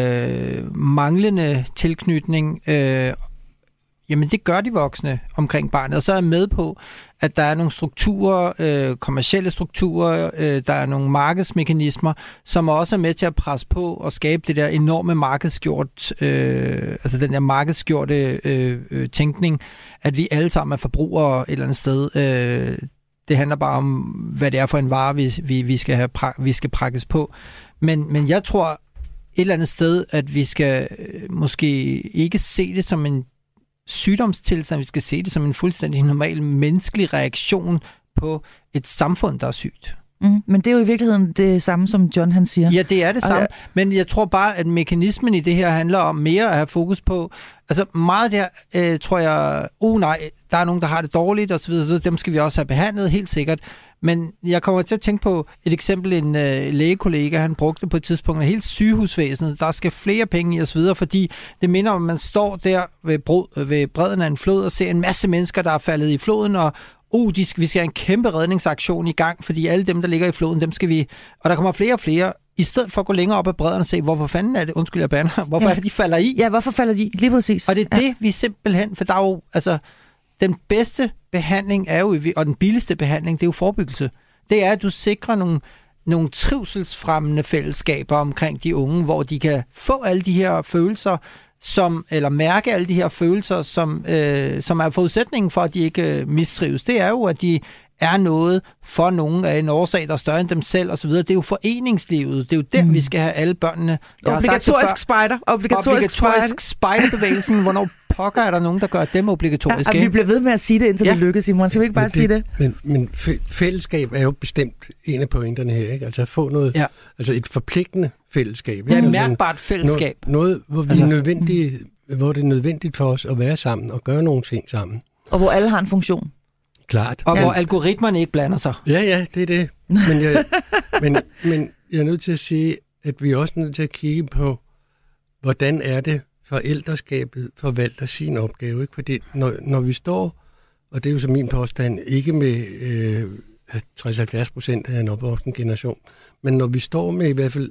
øh, manglende tilknytning? Øh, jamen, det gør de voksne omkring barnet. Og så er jeg med på, at der er nogle strukturer, øh, kommercielle strukturer, øh, der er nogle markedsmekanismer, som også er med til at presse på og skabe det der enorme markedsgjort, øh, altså den der markedsgjorte øh, øh, tænkning, at vi alle sammen er forbrugere et eller andet sted. Øh, Det handler bare om, hvad det er for en vare, vi, vi, vi, skal, have, vi skal prakkes på. Men, men jeg tror et eller andet sted, at vi skal måske ikke se det som en sygdomstilstand, vi skal se det som en fuldstændig normal menneskelig reaktion på et samfund, der er sygt. Mm, men det er jo i virkeligheden det samme, som John han siger. Ja, det er det samme. Men jeg tror bare, at mekanismen i det her handler om mere at have fokus på. Altså meget der, øh, tror jeg, oh nej, der er nogen, der har det dårligt osv., så dem skal vi også have behandlet, helt sikkert. Men jeg kommer til at tænke på et eksempel, en øh, lægekollega, han brugte på et tidspunkt, af helt sygehusvæsenet, der skal flere penge i osv., fordi det minder om, at man står der ved, brud, ved bredden af en flod og ser en masse mennesker, der er faldet i floden, og uh, de skal, vi skal have en kæmpe redningsaktion i gang, fordi alle dem, der ligger i floden, dem skal vi... Og der kommer flere og flere, i stedet for at gå længere op ad bredden og se, hvorfor fanden er det, undskyld jeg bander, hvorfor ja. er det, de falder i? Ja, hvorfor falder de? Lige præcis. Og det er ja. det, vi simpelthen... For der er jo... Altså, den bedste behandling er jo, og den billigste behandling, det er jo forebyggelse. Det er, at du sikrer nogle, nogle trivselsfremmende fællesskaber omkring de unge, hvor de kan få alle de her følelser, som, eller mærke alle de her følelser, som, øh, som er forudsætningen for, at de ikke øh, mistrives. Det er jo, at de er noget for nogen af en årsag, der er større end dem selv osv. Det er jo foreningslivet. Det er jo der, mm. vi skal have alle børnene. Jeg obligatorisk spejder. Obligatorisk, obligatorisk spejderbevægelsen. Hvornår pokker er der nogen, der gør dem obligatoriske? Ja, vi bliver ved med at sige det, indtil ja. det lykkes, Simon. Skal vi ikke bare det, sige det? Men, men fællesskab er jo bestemt en af pointerne her, ikke? Altså at få noget, ja. altså et forpligtende fællesskab. Ja, et mærkbart fællesskab. Noget, noget hvor, vi altså, er nødvendige, mm. hvor det er nødvendigt for os at være sammen og gøre nogle ting sammen. Og hvor alle har en funktion. Klart. Og ja. hvor algoritmerne ikke blander sig. Ja, ja, det er det. Men jeg, men, men jeg er nødt til at sige, at vi er også nødt til at kigge på, hvordan er det, forældreskabet forvalter sin opgave. Ikke? Fordi når, når vi står, og det er jo så min påstand, ikke med øh, tres til halvfjerds procent af en opvoksen generation, men når vi står med i hvert fald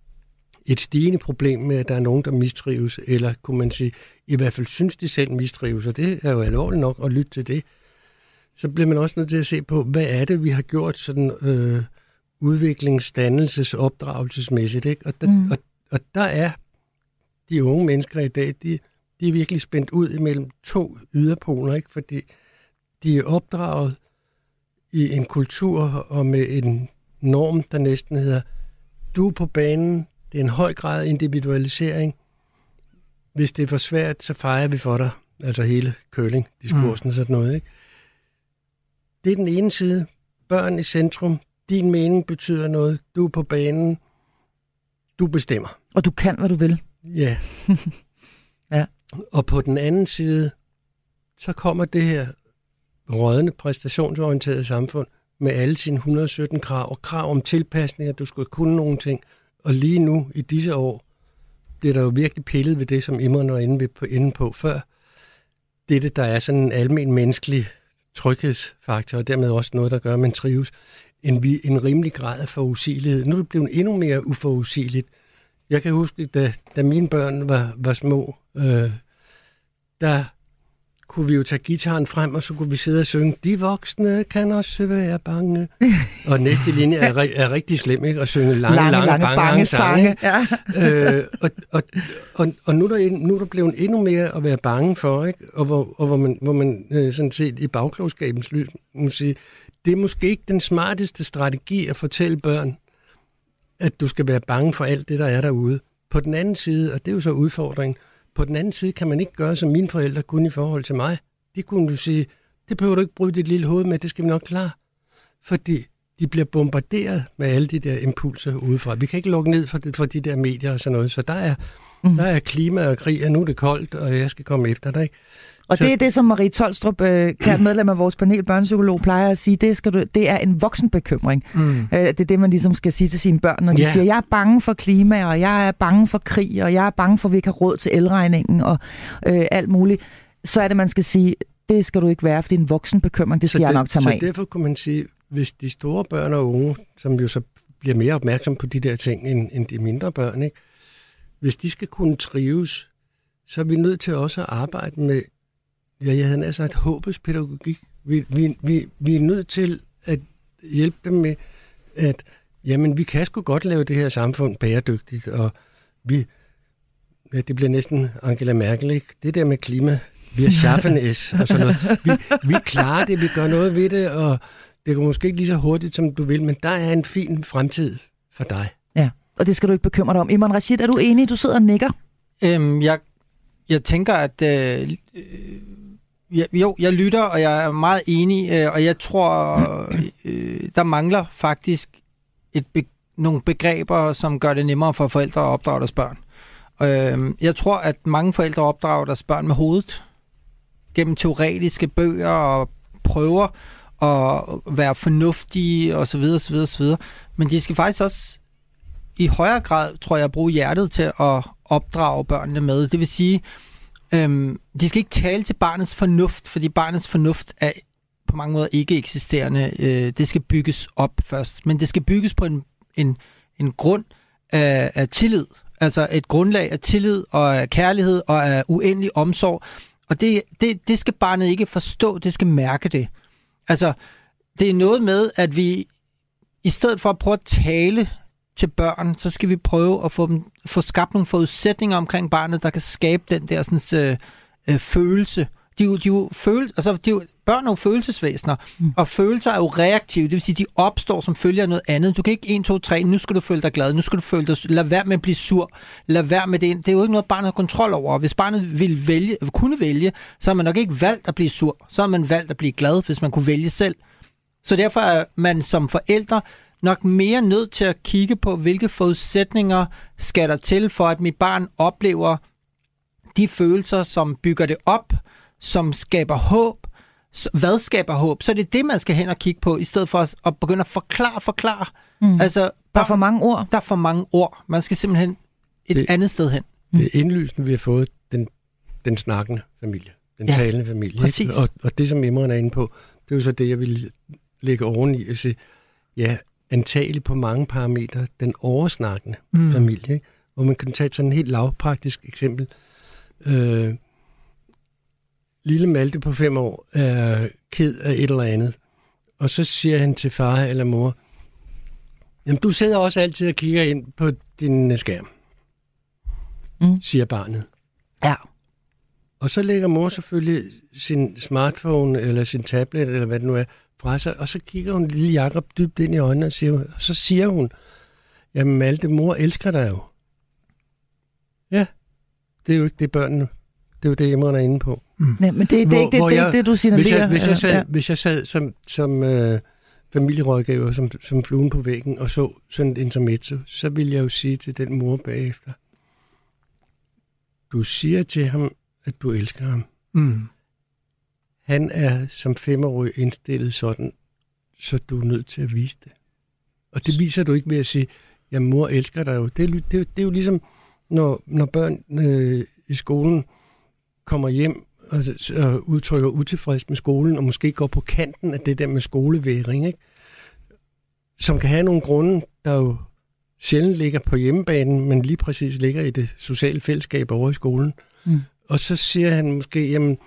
et stigende problem med, at der er nogen, der mistrives, eller kunne man sige, i hvert fald synes de selv mistrives, og det er jo alvorligt nok at lytte til det, så bliver man også nødt til at se på, hvad er det, vi har gjort sådan øh, udviklings-, dannelses-, opdragelsesmæssigt. Ikke? Og, der, mm. og, og der er de unge mennesker i dag, de, de er virkelig spændt ud imellem to yderpoler, ikke? Fordi de er opdraget i en kultur og med en norm, der næsten hedder, du er på banen, det er en høj grad af individualisering. Hvis det er for svært, så fejrer vi for dig. Altså hele curling-diskursen og sådan noget, ikke? Det er den ene side. Børn i centrum. Din mening betyder noget. Du er på banen. Du bestemmer. Og du kan, hvad du vil. Ja. ja. Og på den anden side, så kommer det her rådne, præstationsorienterede samfund med alle sine et hundrede og sytten krav og krav om tilpasninger. Du skulle kunne nogle ting. Og lige nu, i disse år, bliver der jo virkelig pillet ved det, som Imran var inde, på, inde på før. Det, der er sådan en almen menneskelig tryghedsfaktor, og dermed også noget, der gør, at man trives. En, en rimelig grad af forudsigelighed. Nu er det blevet endnu mere uforudsigeligt. Jeg kan huske, da, da mine børn var, var små, øh, der kunne vi jo tage gitaren frem, og så kunne vi sidde og synge, de voksne kan også være bange. Og næste linje er, er rigtig slem, ikke? At synge lange, lange, lange, lange bange, bange sange. Ja. øh, og, og, og, og nu er der, nu er der blevet endnu mere at være bange for, ikke? Og hvor, og hvor man, hvor man øh, sådan set i bagklogskabens lys må sige, det er måske ikke den smarteste strategi at fortælle børn, at du skal være bange for alt det, der er derude. På den anden side, og det er jo så udfordringen, på den anden side kan man ikke gøre, som mine forældre kunne i forhold til mig. De kunne du sige, det behøver du ikke bruge dit lille hoved med, det skal vi nok klare. Fordi de bliver bombarderet med alle de der impulser udefra. Vi kan ikke lukke ned for de, for de der medier og sådan noget. Så der er, mm. der er klima og krig, og nu er det koldt, og jeg skal komme efter dig. Ikke? Og så... det er det, som Marie Tolstrup, øh, kært medlem af vores panel, børnepsykolog, plejer at sige, det, skal du, det er en voksenbekymring. Mm. Øh, det er det, man ligesom skal sige til sine børn, når de yeah. siger, jeg er bange for klima, og jeg er bange for krig, og jeg er bange for, at vi ikke har råd til elregningen, og øh, alt muligt. Så er det, man skal sige, det skal du ikke være, for det er en voksenbekymring, det skal så jeg det, nok tage mig af. Så derfor kunne man sige, hvis de store børn og unge, som jo så bliver mere opmærksom på de der ting, end, end de mindre børn, ikke? Hvis de skal kunne trives, så er vi nødt til også at arbejde med, ja, jeg havde altså et håbets pædagogik. Vi, vi, vi, vi er nødt til at hjælpe dem med, at jamen, vi kan sgu godt lave det her samfund bæredygtigt, og vi, ja, det bliver næsten Angela Merkel, ikke? Det der med klima, vi er schaffen es, og sådan noget. Vi, vi klarer det, vi gør noget ved det, og det går måske ikke lige så hurtigt, som du vil, men der er en fin fremtid for dig. Ja, og det skal du ikke bekymre dig om. Imran Rashid, er du enig? Du sidder og nikker. Øhm, jeg, jeg tænker, at øh, jeg, jo, jeg lytter, og jeg er meget enig, øh, og jeg tror, øh, der mangler faktisk et be, nogle begreber, som gør det nemmere for forældre at opdrage deres børn. Øh, jeg tror, at mange forældre opdrager deres børn med hovedet, gennem teoretiske bøger og prøver, og være fornuftige, og så videre, så videre, så videre. Men de skal faktisk også i højere grad, tror jeg, bruge hjertet til at opdrage børnene med. Det vil sige, øhm, de skal ikke tale til barnets fornuft, fordi barnets fornuft er på mange måder ikke eksisterende. Øh, det skal bygges op først. Men det skal bygges på en, en, en grund af, af tillid. Altså et grundlag af tillid og af kærlighed og af uendelig omsorg. Og det, det, det skal barnet ikke forstå, det skal mærke det. Altså, det er noget med, at vi i stedet for at prøve at tale til børn, så skal vi prøve at få, dem, få skabt nogle forudsætninger omkring barnet, der kan skabe den der sådan, øh, øh, følelse. De, de, de, føle, altså, de, børn er jo følelsesvæsener, mm. og følelser er jo reaktive, det vil sige, de opstår som følge af noget andet. Du kan ikke en, to, tre, nu skal du føle dig glad, nu skal du føle dig, lad være med at blive sur, lad være med det. Det er jo ikke noget, barnet har kontrol over. Hvis barnet vil vælge, kunne vælge, så har man nok ikke valgt at blive sur, så har man valgt at blive glad, hvis man kunne vælge selv. Så derfor er man som forældre nok mere nødt til at kigge på, hvilke forudsætninger skal der til, for at mit barn oplever de følelser, som bygger det op, som skaber håb. Hvad skaber håb? Så det er det, man skal hen og kigge på, i stedet for at begynde at forklare, forklare. Mm. Altså, der er for mange ord. Der er for mange ord. Man skal simpelthen et det, andet sted hen. Det er indlysende, vi har fået den, den snakkende familie, den ja, talende familie. Præcis. Og, og det, som Imran er inde på, det er jo så det, jeg vil lægge oveni og sige, ja, antageligt på mange parametre, den oversnakkende mm. familie. Ikke? Hvor man kan tage sådan en helt lavpraktisk eksempel. Øh, Lille Malte på fem år er ked af et eller andet, og så siger han til far eller mor, jamen du sidder også altid og kigger ind på din skærm, mm. siger barnet. Ja. Og så lægger mor selvfølgelig sin smartphone eller sin tablet, eller hvad det nu er, fra sig, og så kigger hun lille Jakob dybt ind i øjnene, og, siger, og så siger hun, jamen Malte, mor elsker dig jo. Ja, det er jo ikke det børnene, det er jo det, Imran er inde på. Mm. Nej, men det, det er hvor, ikke det, det, jeg, det, du signalerer. Hvis jeg, hvis jeg sad, ja. hvis jeg sad som, som øh, familierådgiver, som, som fluen på væggen, og så sådan et intermezzo, så ville jeg jo sige til den mor bagefter, du siger til ham, at du elsker ham. Mm. Han er som femårig indstillet sådan, så du er nødt til at vise det. Og det viser du ikke ved at sige, ja, mor elsker dig jo. Det er, det, det er jo ligesom, når, når børn øh, i skolen kommer hjem og, og udtrykker utilfreds med skolen, og måske går på kanten af det der med skolevægring, ikke? Som kan have nogle grunde, der jo sjældent ligger på hjemmebanen, men lige præcis ligger i det sociale fællesskab over i skolen. Mm. Og så siger han måske, jamen,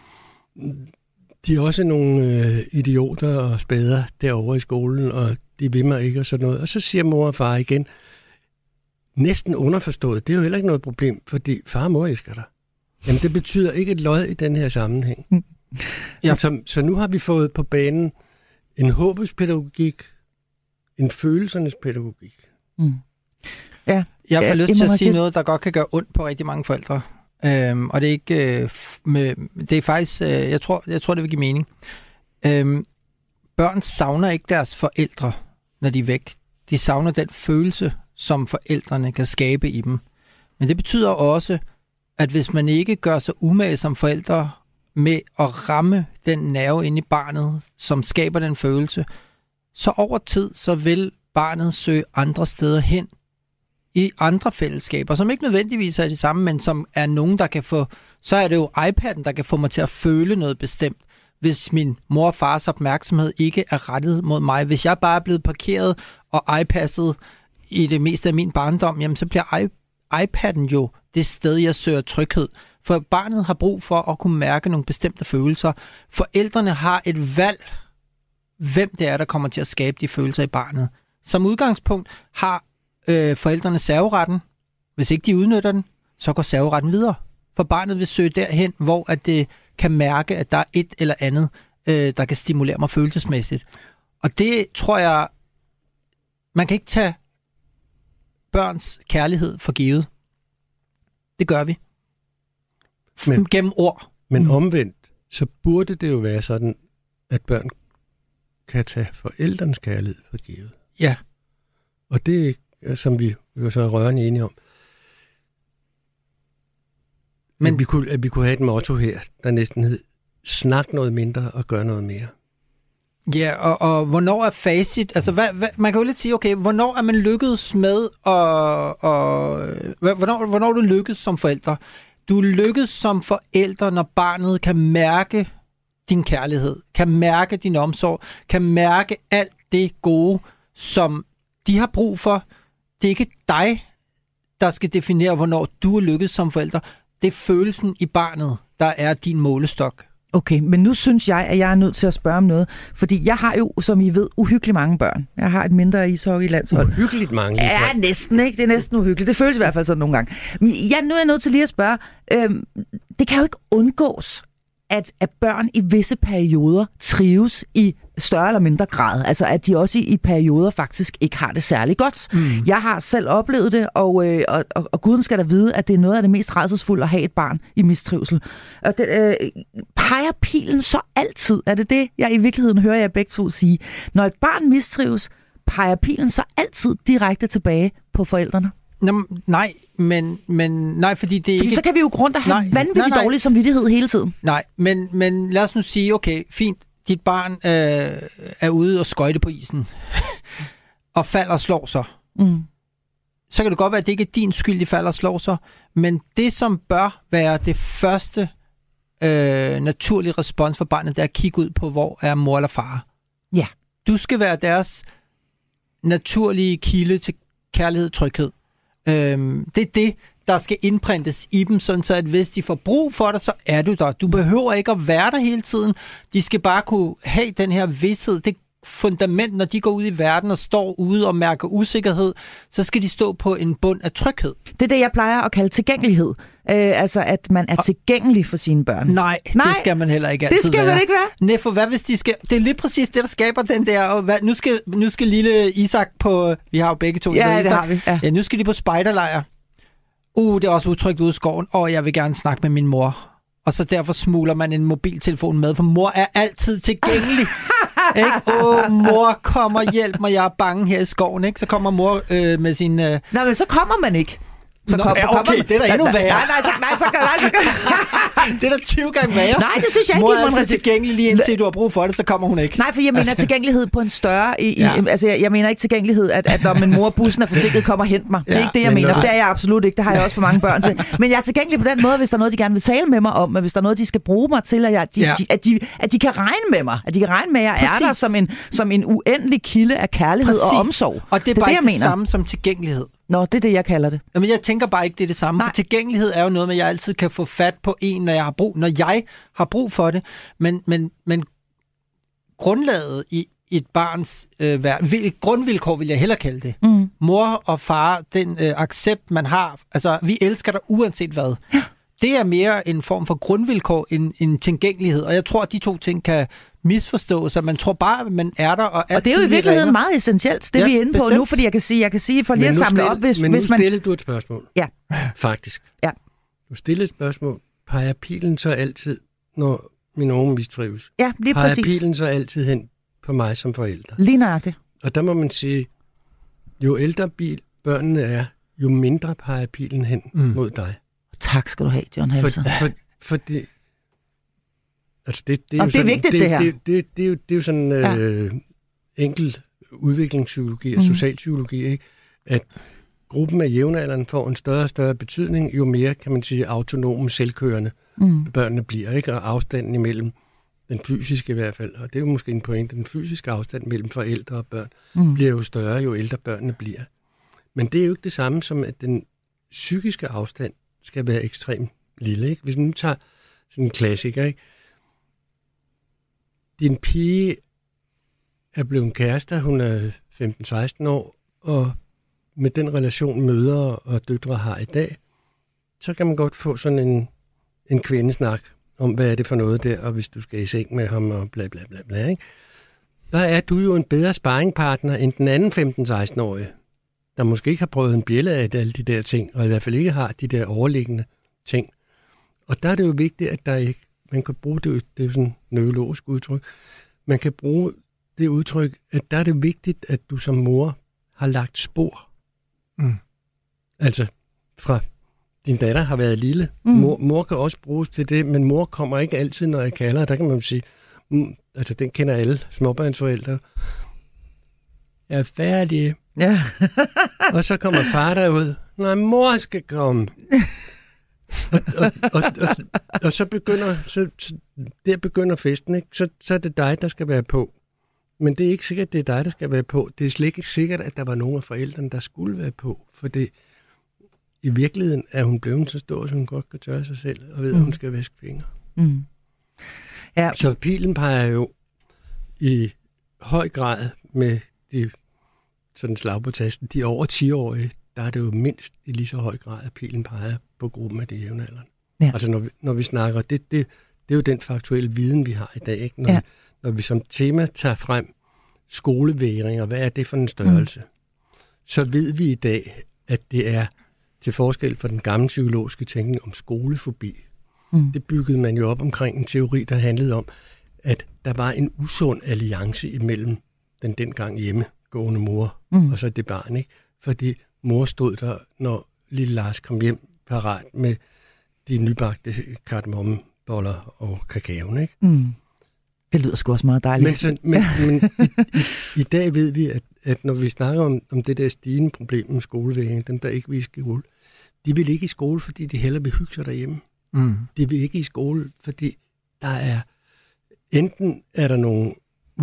de er også nogle øh, idioter og spæder derovre i skolen, og de vil mig ikke og sådan noget. Og så siger mor og far igen, næsten underforstået, det er jo heller ikke noget problem, fordi far og mor elsker dig. Jamen, det betyder ikke et lod i den her sammenhæng. Mm. Ja. Så, så nu har vi fået på banen en håbets pædagogik, en følelsernes pædagogik. Mm. Ja. Jeg får lyst til at sige noget, der godt kan gøre ondt på rigtig mange forældre. Øhm, og det er ikke øh, med, det er faktisk, øh, jeg tror, jeg tror det vil give mening. Øhm, børn savner ikke deres forældre, når de er væk. De savner den følelse, som forældrene kan skabe i dem. Men det betyder også, at hvis man ikke gør sig umage som forældre med at ramme den nerve inde i barnet, som skaber den følelse, så over tid, så vil barnet søge andre steder hen i andre fællesskaber, som ikke nødvendigvis er de samme, men som er nogen, der kan få, så er det jo iPad'en, der kan få mig til at føle noget bestemt, hvis min mor og fars opmærksomhed ikke er rettet mod mig. Hvis jeg bare er blevet parkeret og iPadset i det meste af min barndom, jamen så bliver iPad'en jo det sted, jeg søger tryghed. For barnet har brug for at kunne mærke nogle bestemte følelser. Forældrene har et valg, hvem det er, der kommer til at skabe de følelser i barnet. Som udgangspunkt har øh, forældrene serveretten. Hvis ikke de udnytter den, så går serveretten videre. For barnet vil søge derhen, hvor at det kan mærke, at der er et eller andet, øh, der kan stimulere mig følelsesmæssigt. Og det tror jeg, man kan ikke tage børns kærlighed for givet. Det gør vi. Men, gennem ord. Men omvendt, så burde det jo være sådan, at børn kan tage forældrenes kærlighed for givet. Ja. Og det er, som vi jo så er rørende enige om. Men at vi, kunne, at vi kunne have et motto her, der næsten hed, snak noget mindre og gør noget mere. Ja, og, og hvornår er facit? Altså, hvad, hvad, man kan jo lidt sige, okay, hvornår er man lykkedes med, og, og hvornår, hvornår er du lykkedes som forældre? Du lykkes som forældre, når barnet kan mærke din kærlighed, kan mærke din omsorg, kan mærke alt det gode, som de har brug for. Det er ikke dig, der skal definere, hvornår du er lykkedes som forældre. Det er følelsen i barnet, der er din målestok. Okay, men nu synes jeg, at jeg er nødt til at spørge om noget. Fordi jeg har jo, som I ved, uhyggeligt mange børn. Jeg har et mindre ishockey-landshold. Uhyggeligt mange? Ja, næsten ikke. Det er næsten uhyggeligt. Det føles i hvert fald sådan nogle gange. Men jeg, nu er jeg nødt til lige at spørge. Øhm, det kan jo ikke undgås, at, at børn i visse perioder trives i større eller mindre grad. Altså, at de også i, i perioder faktisk ikke har det særlig godt. Mm. Jeg har selv oplevet det, og, øh, og, og, og guden skal da vide, at det er noget af det mest rædselsfulde at have et barn i mistrivsel. Og det, øh, peger pilen så altid, er det det, jeg i virkeligheden hører jer begge to sige. Når et barn mistrives, peger pilen så altid direkte tilbage på forældrene? Nå, nej, men, men nej, fordi det er fordi ikke... så kan vi jo grund at have nej, vanvittigt nej, nej. dårlig samvittighed hele tiden. Nej, men, men lad os nu sige, okay, fint, dit barn øh, er ude og skøjte på isen, og falder og slår sig. Mm. Så kan det godt være, at det ikke er din skyld, de falder og slår sig, men det, som bør være det første øh, naturlige respons for barnet, det er at kigge ud på, hvor er mor eller far. Ja. Du skal være deres naturlige kilde til kærlighed og tryghed. Øhm, det er det, der skal indprintes i dem, sådan så at hvis de får brug for dig, så er du der. Du behøver ikke at være der hele tiden. De skal bare kunne have den her vished, det fundament, når de går ud i verden og står ude og mærker usikkerhed, så skal de stå på en bund af tryghed. Det er det, jeg plejer at kalde tilgængelighed. Øh, altså, at man er og... tilgængelig for sine børn. Nej, Nej, det skal man heller ikke altid være. Det skal være. man ikke være. Nej, for hvad hvis de skal... Det er lige præcis det, der skaber den der... Og hvad... nu, skal, nu skal lille Isak på... Vi har jo begge to. Ja, det Isak. har vi. Ja. Ja, nu skal de på spejderlejr. Uh, det er også utrygt ude i skoven. Og jeg vil gerne snakke med min mor. Og så derfor smugler man en mobiltelefon med, for mor er altid tilgængelig. Ikke? Åh, mor, kommer hjælp mig, jeg er bange her i skoven. Ikke? Så kommer mor øh, med sin... Øh... Nej, men så kommer man ikke. Så Nå, kom, ja, okay, kommer, det er da endnu værre. Nej, nej, så, nej, så, nej, så, det er da tyve gange værre. Nej, det synes jeg ikke. Mor er altid tilgængelig lige indtil du har brug for det, så kommer hun ikke. Nej, for jeg mener altså... tilgængelighed på en større... I, ja. i, altså, jeg, jeg mener ikke tilgængelighed, at, at når min mor bussen er forsinket, kommer og hent mig. Ja, det er ikke det, jeg mener. For det er jeg absolut ikke. Det har jeg også for mange børn til. Men jeg er tilgængelig på den måde, hvis der er noget, de gerne vil tale med mig om, men hvis der er noget, de skal bruge mig til, at, jeg, de, ja. de, at, de, at de kan regne med mig. At de kan regne med, at jeg Præcis. er der som en, som en uendelig kilde af kærlighed Præcis. og omsorg. Og det er, det er bare det, ikke det samme som tilgængelighed. Nå, det er det, jeg kalder det. Jamen, jeg tænker bare ikke, det er det samme. Nej. For tilgængelighed er jo noget med, at jeg altid kan få fat på en, når jeg har brug, når jeg har brug for det. Men, men, men grundlaget i et barns øh, vær- grundvilkår, vil jeg hellere kalde det. Mm. Mor og far, den øh, accept, man har. Altså, vi elsker dig uanset hvad. Ja. Det er mere en form for grundvilkår end en tilgængelighed. Og jeg tror, at de to ting kan misforstås, at man tror bare, at man er der. Og, og det er jo i virkeligheden ringer. Meget essentielt, det ja, vi er inde på bestemt. Nu, fordi jeg kan sige, jeg kan sige for lige at samle stille, op, hvis, men hvis man... Men nu stillede du et spørgsmål. Ja. Faktisk. Ja. Du stillede et spørgsmål. Peger pilen så altid, når min unge mistrives? Ja, lige Peger præcis. Peger pilen så altid hen på mig som forælder? Lige nøjagtigt. Og der må man sige, jo ældre bil børnene er, jo mindre peger pilen hen mm. mod dig. Tak skal du have, John Halser. For, for, fordi... Altså det, det, er og det er sådan, vigtigt, det, det her. Det, det, det, det, er jo, det er jo sådan ja. øh, enkel udviklingspsykologi og mm. socialpsykologi, ikke? At gruppen af jævnaldrende får en større og større betydning, jo mere, kan man sige, autonome, selvkørende mm. børnene bliver, ikke? Og afstanden imellem den fysiske i hvert fald, og det er jo måske en pointe, den fysiske afstand mellem forældre og børn mm. bliver jo større, jo ældre børnene bliver. Men det er jo ikke det samme som, at den psykiske afstand skal være ekstremt lille, ikke? Hvis man nu tager sådan en klassiker, ikke? Din pige er blevet en kæreste, hun er femten seksten år, og med den relation mødre og døtre har i dag, så kan man godt få sådan en, en kvindesnak om, hvad er det for noget der, og hvis du skal i seng med ham, og bla bla bla bla, ikke? Der er du jo en bedre sparringpartner end den anden femten seksten-årige, der måske ikke har prøvet en bjælle af alle de der ting, og i hvert fald ikke har de der overliggende ting. Og der er det jo vigtigt, at der ikke, man kan bruge det, det er jo sådan et neurologisk udtryk, man kan bruge det udtryk, at der er det vigtigt, at du som mor har lagt spor. Mm. Altså, fra din datter har været lille. Mm. Mor, mor kan også bruges til det, men mor kommer ikke altid, når jeg kalder. Der kan man sige, mm, altså den kender alle småbørnsforældre. Jeg er færdig. Ja. Og så kommer far derud. Nej, mor skal komme. og, og, og, og, og så begynder, så, der begynder festen, ikke? Så, så er det dig, der skal være på. Men det er ikke sikkert, at det er dig, der skal være på. Det er slet ikke sikkert, at der var nogen af forældrene, der skulle være på. For det, i virkeligheden er hun blevet så stor, så hun godt kan tørre sig selv, og ved, mm. at hun skal vaske fingre. Mm. Ja. Så pilen peger jo i høj grad med de sådan slag på tasten. De over ti-årige, der er det jo mindst i lige så høj grad, at pilen peger på gruppen af de jævnaldrende. Ja. Altså når vi, når vi snakker, det, det, det er jo den faktuelle viden, vi har i dag, ikke? Når, ja. vi, når vi som tema tager frem skolevægring, og hvad er det for en størrelse, mm. så ved vi i dag, at det er til forskel fra den gamle psykologiske tænkning om skolefobi. Mm. Det byggede man jo op omkring en teori, der handlede om, at der var en usund alliance imellem den dengang hjemmegående mor mm. og så det barn, ikke? Fordi mor stod der, når lille Lars kom hjem parat med de nybagte kardemommeboller og kakaoen, ikke? Mm. Det lyder sgu også meget dejligt. Men, så, men, men i, i, i dag ved vi, at, at når vi snakker om, om det der stigende problem med skolevægring, dem der ikke vil i skole, de vil ikke i skole, fordi de hellere vil hygge sig derhjemme. Mm. De vil ikke i skole, fordi der er enten er der nogle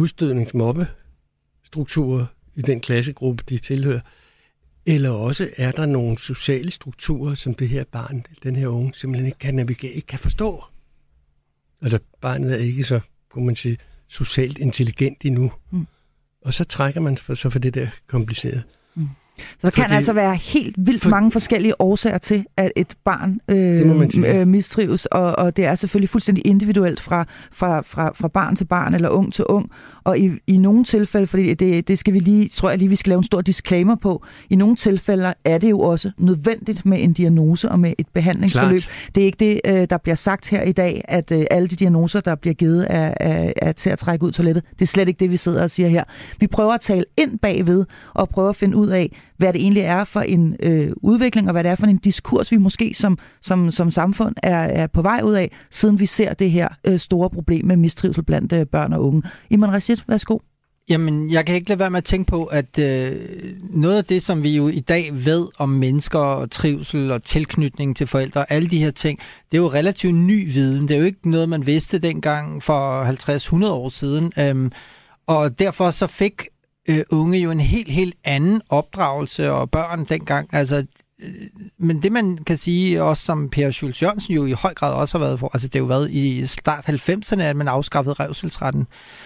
udstødningsmobbestrukturer i den klassegruppe, de tilhører, eller også er der nogle sociale strukturer, som det her barn, den her unge, simpelthen ikke kan navigere, ikke kan forstå. Altså barnet er ikke så, kunne man sige, socialt intelligent endnu. Mm. Og så trækker man for, så for det der komplicerede. Mm. Så der kan Fordi, altså være helt vildt for, mange forskellige årsager til, at et barn øh, øh, mistrives, og, og det er selvfølgelig fuldstændig individuelt fra, fra, fra, fra barn til barn eller ung til ung. Og i, i nogle tilfælde, fordi det, det skal vi lige, tror jeg lige, vi skal lave en stor disclaimer på, i nogle tilfælde er det jo også nødvendigt med en diagnose og med et behandlingsforløb. Klart. Det er ikke det, der bliver sagt her i dag, at alle de diagnoser, der bliver givet, er, er, er til at trække ud toilettet. Det er slet ikke det, vi sidder og siger her. Vi prøver at tale ind bagved og prøve at finde ud af, hvad det egentlig er for en øh, udvikling, og hvad det er for en diskurs, vi måske som, som, som samfund er, er på vej ud af, siden vi ser det her øh, store problem med mistrivsel blandt øh, børn og unge. Iman Rashid, værsgo. Jamen, jeg kan ikke lade være med at tænke på, at øh, noget af det, som vi jo i dag ved om mennesker og trivsel og tilknytning til forældre, alle de her ting, det er jo relativt ny viden. Det er jo ikke noget, man vidste dengang for halvtreds hundrede år siden. Øhm, og derfor så fik øh, unge jo en helt, helt anden opdragelse og børn dengang. Altså, øh, men det man kan sige, også som Per Schultz Jørgensen jo i høj grad også har været for, altså det har jo været i start halvfemserne, at man afskaffede revselsretten,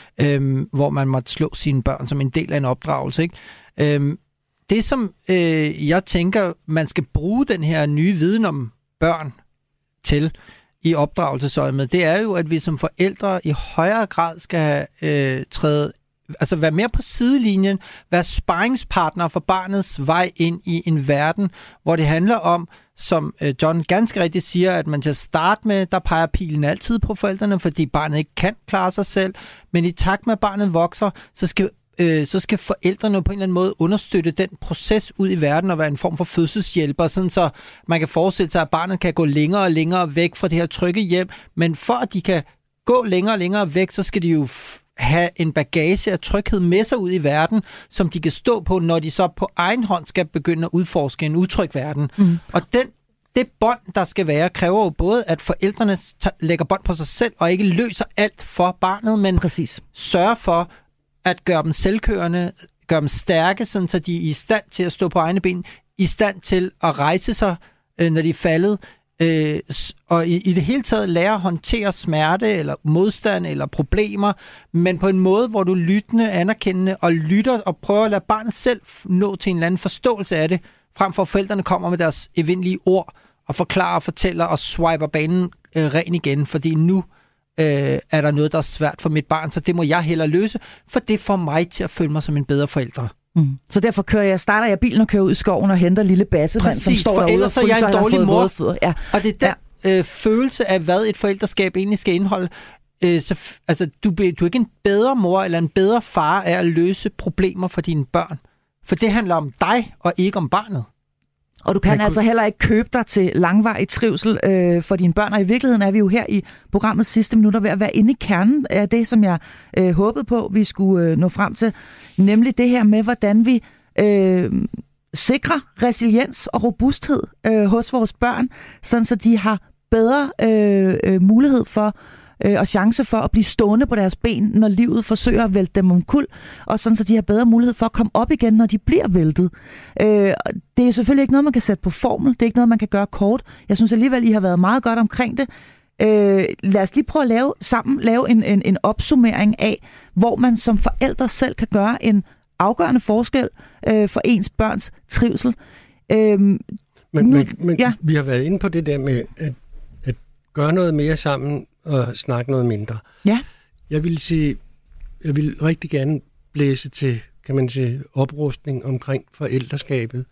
øh, hvor man måtte slå sine børn som en del af en opdragelse, ikke? Øh, det som øh, jeg tænker, man skal bruge den her nye viden om børn til i opdragelsesøjemed, det er jo, at vi som forældre i højere grad skal øh, træde, altså være mere på sidelinjen, være sparringspartner for barnets vej ind i en verden, hvor det handler om, som øh, John ganske rigtigt siger, at man til at starte med, der peger pilen altid på forældrene, fordi barnet ikke kan klare sig selv, men i takt med, at barnet vokser, så skal øh, så skal forældrene på en eller anden måde understøtte den proces ud i verden og være en form for fødselshjælper, sådan så man kan forestille sig, at barnet kan gå længere og længere væk fra det her trygge hjem, men for at de kan gå længere og længere væk, så skal de jo have en bagage af tryghed med sig ud i verden, som de kan stå på, når de så på egen hånd skal begynde at udforske en utryg verden. Mm. Og den, det bånd, der skal være, kræver jo både, at forældrene lægger bånd på sig selv, og ikke løser alt for barnet, men Præcis. sørger for at gøre dem selvkørende, gøre dem stærke, sådan så de er i stand til at stå på egne ben, i stand til at rejse sig, øh, når de er faldet, øh, og i, i det hele taget lære at håndtere smerte, eller modstand, eller problemer, men på en måde, hvor du lyttende, anerkendende, og lytter og prøver at lade barnet selv nå til en eller anden forståelse af det, frem for at forældrene kommer med deres evindelige ord, og forklarer, fortæller og swiper banen øh, ren igen, fordi nu Øh, er der noget, der er svært for mit barn, så det må jeg hellere løse, for det får mig til at føle mig som en bedre forælder. Mm. Så derfor kører jeg, starter jeg bilen og kører ud i skoven og henter lille bassevand, som står derude og fryser, så jeg er en dårlig mor. Ja. Og det er den ja. øh, følelse af, hvad et forældreskab egentlig skal indeholde. Øh, så, altså, du, du er ikke en bedre mor eller en bedre far af at løse problemer for dine børn. For det handler om dig og ikke om barnet. Og du kan kunne... altså heller ikke købe dig til langvarig trivsel øh, for dine børn. Og i virkeligheden er vi jo her i programmets sidste minutter ved at være inde i kernen af det, som jeg øh, håbede på, vi skulle øh, nå frem til. Nemlig det her med, hvordan vi øh, sikrer resiliens og robusthed øh, hos vores børn, sådan så de har bedre øh, øh, mulighed for og chance for at blive stående på deres ben, når livet forsøger at vælte dem omkuld, og sådan så de har bedre mulighed for at komme op igen, når de bliver væltet. Øh, det er selvfølgelig ikke noget, man kan sætte på formel. Det er ikke noget, man kan gøre kort. Jeg synes alligevel, I har været meget godt omkring det. Øh, lad os lige prøve at lave sammen lave en, en, en opsummering af, hvor man som forældre selv kan gøre en afgørende forskel øh, for ens børns trivsel. Øh, men nu, men, men ja. vi har været inde på det der med at, at gøre noget mere sammen og snakke noget mindre. Ja. Jeg vil sige, jeg vil rigtig gerne blæse til, kan man sige, oprustning omkring forældreskabet.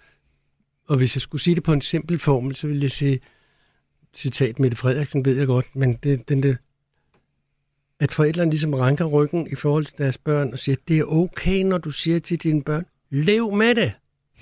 Og hvis jeg skulle sige det på en simpel formel, så vil jeg sige, citat Mette Frederiksen ved jeg godt, men det den der, at forældrene ligesom ranker ryggen i forhold til deres børn og siger, det er okay, når du siger til dine børn, lev med det.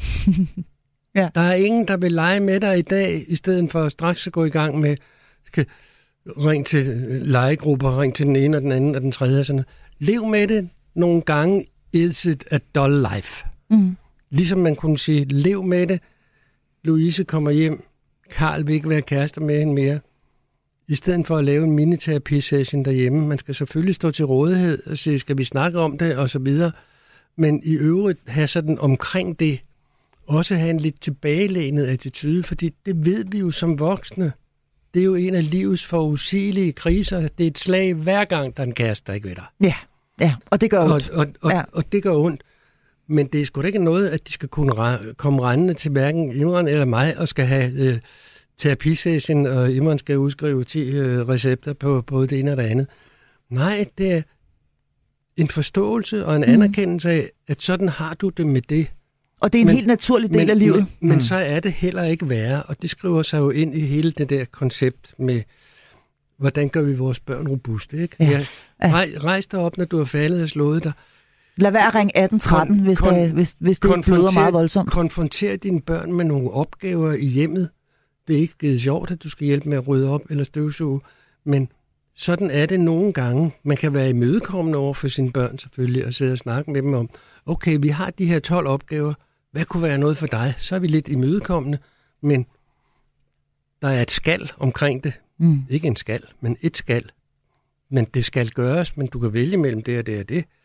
Ja. Der er ingen, der vil lege med dig i dag, i stedet for straks at gå i gang med, skal ring til legegrupper, ring til den ene og den anden og den tredje. Og sådan. Lev med det nogle gange, is it a dull life. Mm. Ligesom man kunne sige, lev med det. Louise kommer hjem, Karl vil ikke være kærester med hende mere. I stedet for at lave en miniterapi-session derhjemme, man skal selvfølgelig stå til rådighed og sige, skal vi snakke om det, og så videre. Men i øvrigt have sådan omkring det, også have en lidt tilbagelænet attitude, fordi det ved vi jo som voksne. Det er jo en af livets forudsigelige kriser. Det er et slag hver gang, der er en kæreste, der ikke ved dig. Ja, ja, og det gør ondt. Og, og, og, ja. og det gør ondt. Men det er sgu da ikke noget, at de skal kunne ra- komme rendende til hverken Imran eller mig, og skal have øh, terapisession, og Imran skal udskrive ti øh, recepter på både det ene og det andet. Nej, det er en forståelse og en mm. anerkendelse af, at sådan har du det med det. Og det er en men, helt naturlig del men, af livet. Men, men mm. så er det heller ikke værre, og det skriver sig jo ind i hele det der koncept med, hvordan gør vi vores børn robuste, ikke? Ja. Ja, rej, rejs dig op, når du er faldet og slået dig. Lad være at ringe atten tretten, hvis, kon, det, hvis, hvis det bløder meget voldsomt. Konfronter dine børn med nogle opgaver i hjemmet. Det er ikke givet sjovt, at du skal hjælpe med at rydde op eller støvsuge, men sådan er det nogle gange. Man kan være imødekommende over for sine børn selvfølgelig, og sidde og snakke med dem om, okay, vi har de her tolv opgaver, hvad kunne være noget for dig? Så er vi lidt imødekommende, men der er et skal omkring det. Mm. Ikke en skal, men et skal. Men det skal gøres, men du kan vælge mellem det og det og det.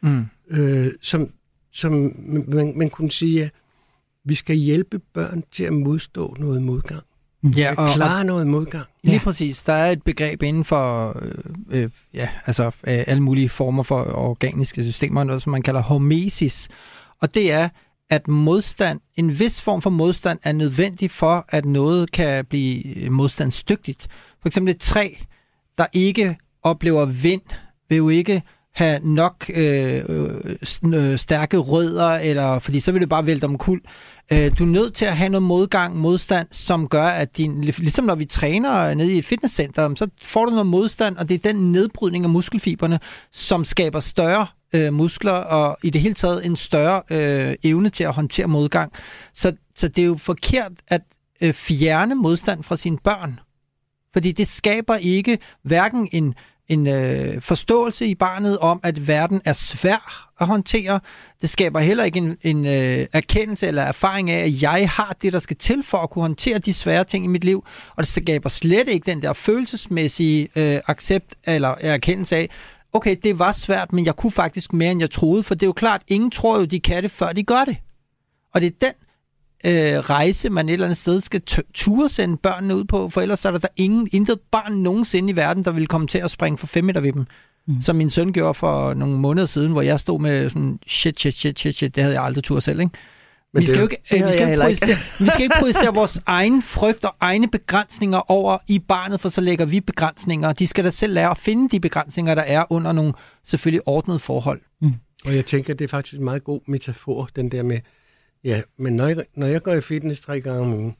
mm. øh, som, som man, man kunne sige, at vi skal hjælpe børn til at modstå noget modgang. Ja, og klare noget modgang. Lige ja. Præcis. Der er et begreb inden for øh, øh, ja, altså, øh, alle mulige former for organiske systemer, noget som man kalder hormesis. Og det er, at modstand, en vis form for modstand er nødvendig for, at noget kan blive modstandsdygtigt. For eksempel et træ, der ikke oplever vind, vil jo ikke have nok øh, øh, stærke rødder, eller, fordi så vil det bare vælte omkuld. Øh, du er nødt til at have noget modgang, modstand, som gør, at din, ligesom når vi træner nede i et fitnesscenter, så får du noget modstand, og det er den nedbrydning af muskelfiberne, som skaber større øh, muskler, og i det hele taget en større øh, evne til at håndtere modgang. Så, så det er jo forkert at øh, fjerne modstand fra sine børn, fordi det skaber ikke hverken en en øh, forståelse i barnet om, at verden er svær at håndtere. Det skaber heller ikke en, en øh, erkendelse eller erfaring af, at jeg har det, der skal til for at kunne håndtere de svære ting i mit liv. Og det skaber slet ikke den der følelsesmæssige øh, accept eller erkendelse af, okay, det var svært, men jeg kunne faktisk mere, end jeg troede. For det er jo klart, ingen tror jo, de kan det, før de gør det. Og det er den øh, rejse, man et eller andet sted skal t- ture sende børnene ud på, for ellers er der, der ingen, intet barn nogensinde i verden, der vil komme til at springe for fem meter ved dem. Mm. Som min søn gjorde for nogle måneder siden, hvor jeg stod med sådan, shit, shit, shit, shit, shit, det havde jeg aldrig tur selv, ikke? Men vi skal jo ikke, øh, vi skal ikke projicere, vi skal ikke projicere vores egen frygt og egne begrænsninger over i barnet, for så lægger vi begrænsninger. De skal da selv lære at finde de begrænsninger, der er under nogle selvfølgelig ordnede forhold. Mm. Og jeg tænker, det er faktisk en meget god metafor, den der med, ja, men når jeg, når jeg går i fitness tre gange om ugen,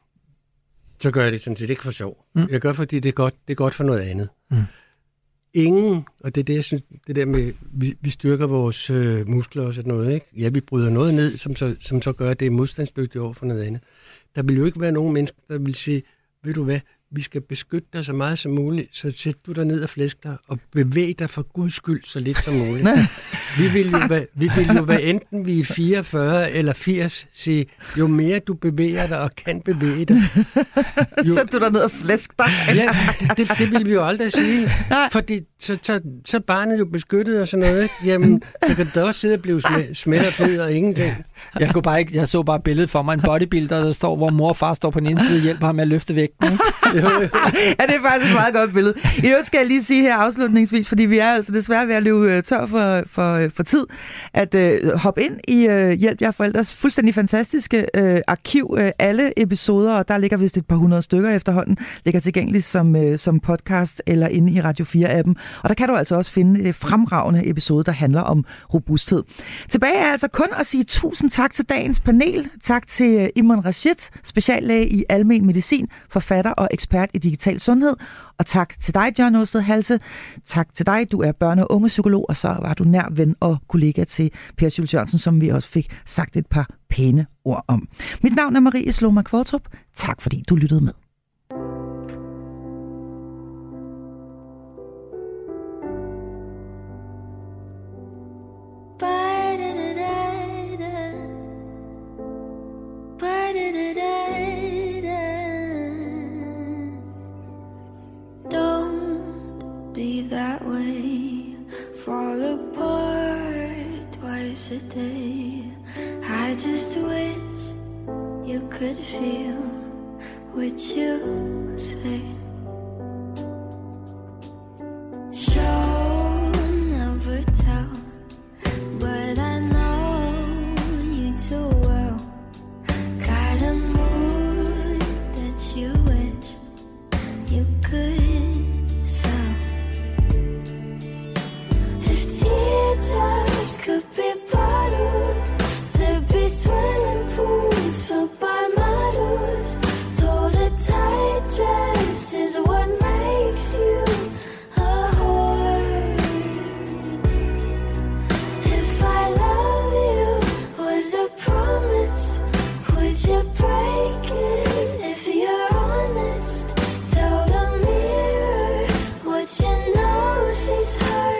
så gør jeg det sådan set ikke for sjov. Mm. Jeg gør, fordi det er godt, det er godt for noget andet. Mm. Ingen, og det er det, jeg synes, det der med, vi, vi styrker vores øh, muskler og sådan noget, ikke? Ja, vi bryder noget ned, som så, som så gør, at det er modstandsdygtigt over for noget andet. Der vil jo ikke være nogen mennesker, der vil sige, ved du hvad, vi skal beskytte dig så meget som muligt, så sæt du dig ned og flæsk dig, og bevæg dig for Guds skyld så lidt som muligt. vi, vil jo være, vi vil jo være enten vi er fireogfyrre eller firs, sige, jo mere du bevæger dig og kan bevæge dig. Jo, sæt du dig ned og flæsk dig. ja, det, det, det vil vi jo aldrig sige, fordi så, så, så barnet jo beskyttet og sådan noget, ikke? Jamen, så kan der også sidde og blive smidt og fed og ingenting. Jeg, kunne bare ikke, jeg så bare billedet for mig, en bodybuilder, der står, hvor mor og far står på den ene side og hjælper ham med at løfte vægten. Ja, det er faktisk et meget godt billede. I øvrigt skal jeg lige sige her afslutningsvis, fordi vi er altså desværre ved at løbe tør for, for, for tid, at uh, hoppe ind i uh, Hjælp jer forældres fuldstændig fantastiske uh, arkiv. Uh, alle episoder, og der ligger vist et par hundrede stykker efterhånden, ligger tilgængeligt som, uh, som podcast eller inde i Radio fire-appen. Og der kan du altså også finde et fremragende episode, der handler om robusthed. Tilbage er altså kun at sige tusind tak til dagens panel. Tak til uh, Imran Rashid, speciallæge i almen medicin, forfatter og ekspert i digital sundhed. Og tak til dig, John Osted Halse. Tak til dig, du er børne- og ungepsykolog, og så var du nær ven og kollega til Per Schultz Jørgensen, som vi også fik sagt et par pæne ord om. Mit navn er Marie Sloma Kvartrup. Tak fordi du lyttede med. Be that way, fall apart twice a day. I just wish you could feel what you say. Show, never tell, but I know you too well. Got a mood that you wish you could. Teardrops could be bottles, there'd be swimming pools filled by models. Told a tight dress is what makes you a whore. If I love you was a promise, would you break it? If you're honest, tell the mirror what you know she's heard.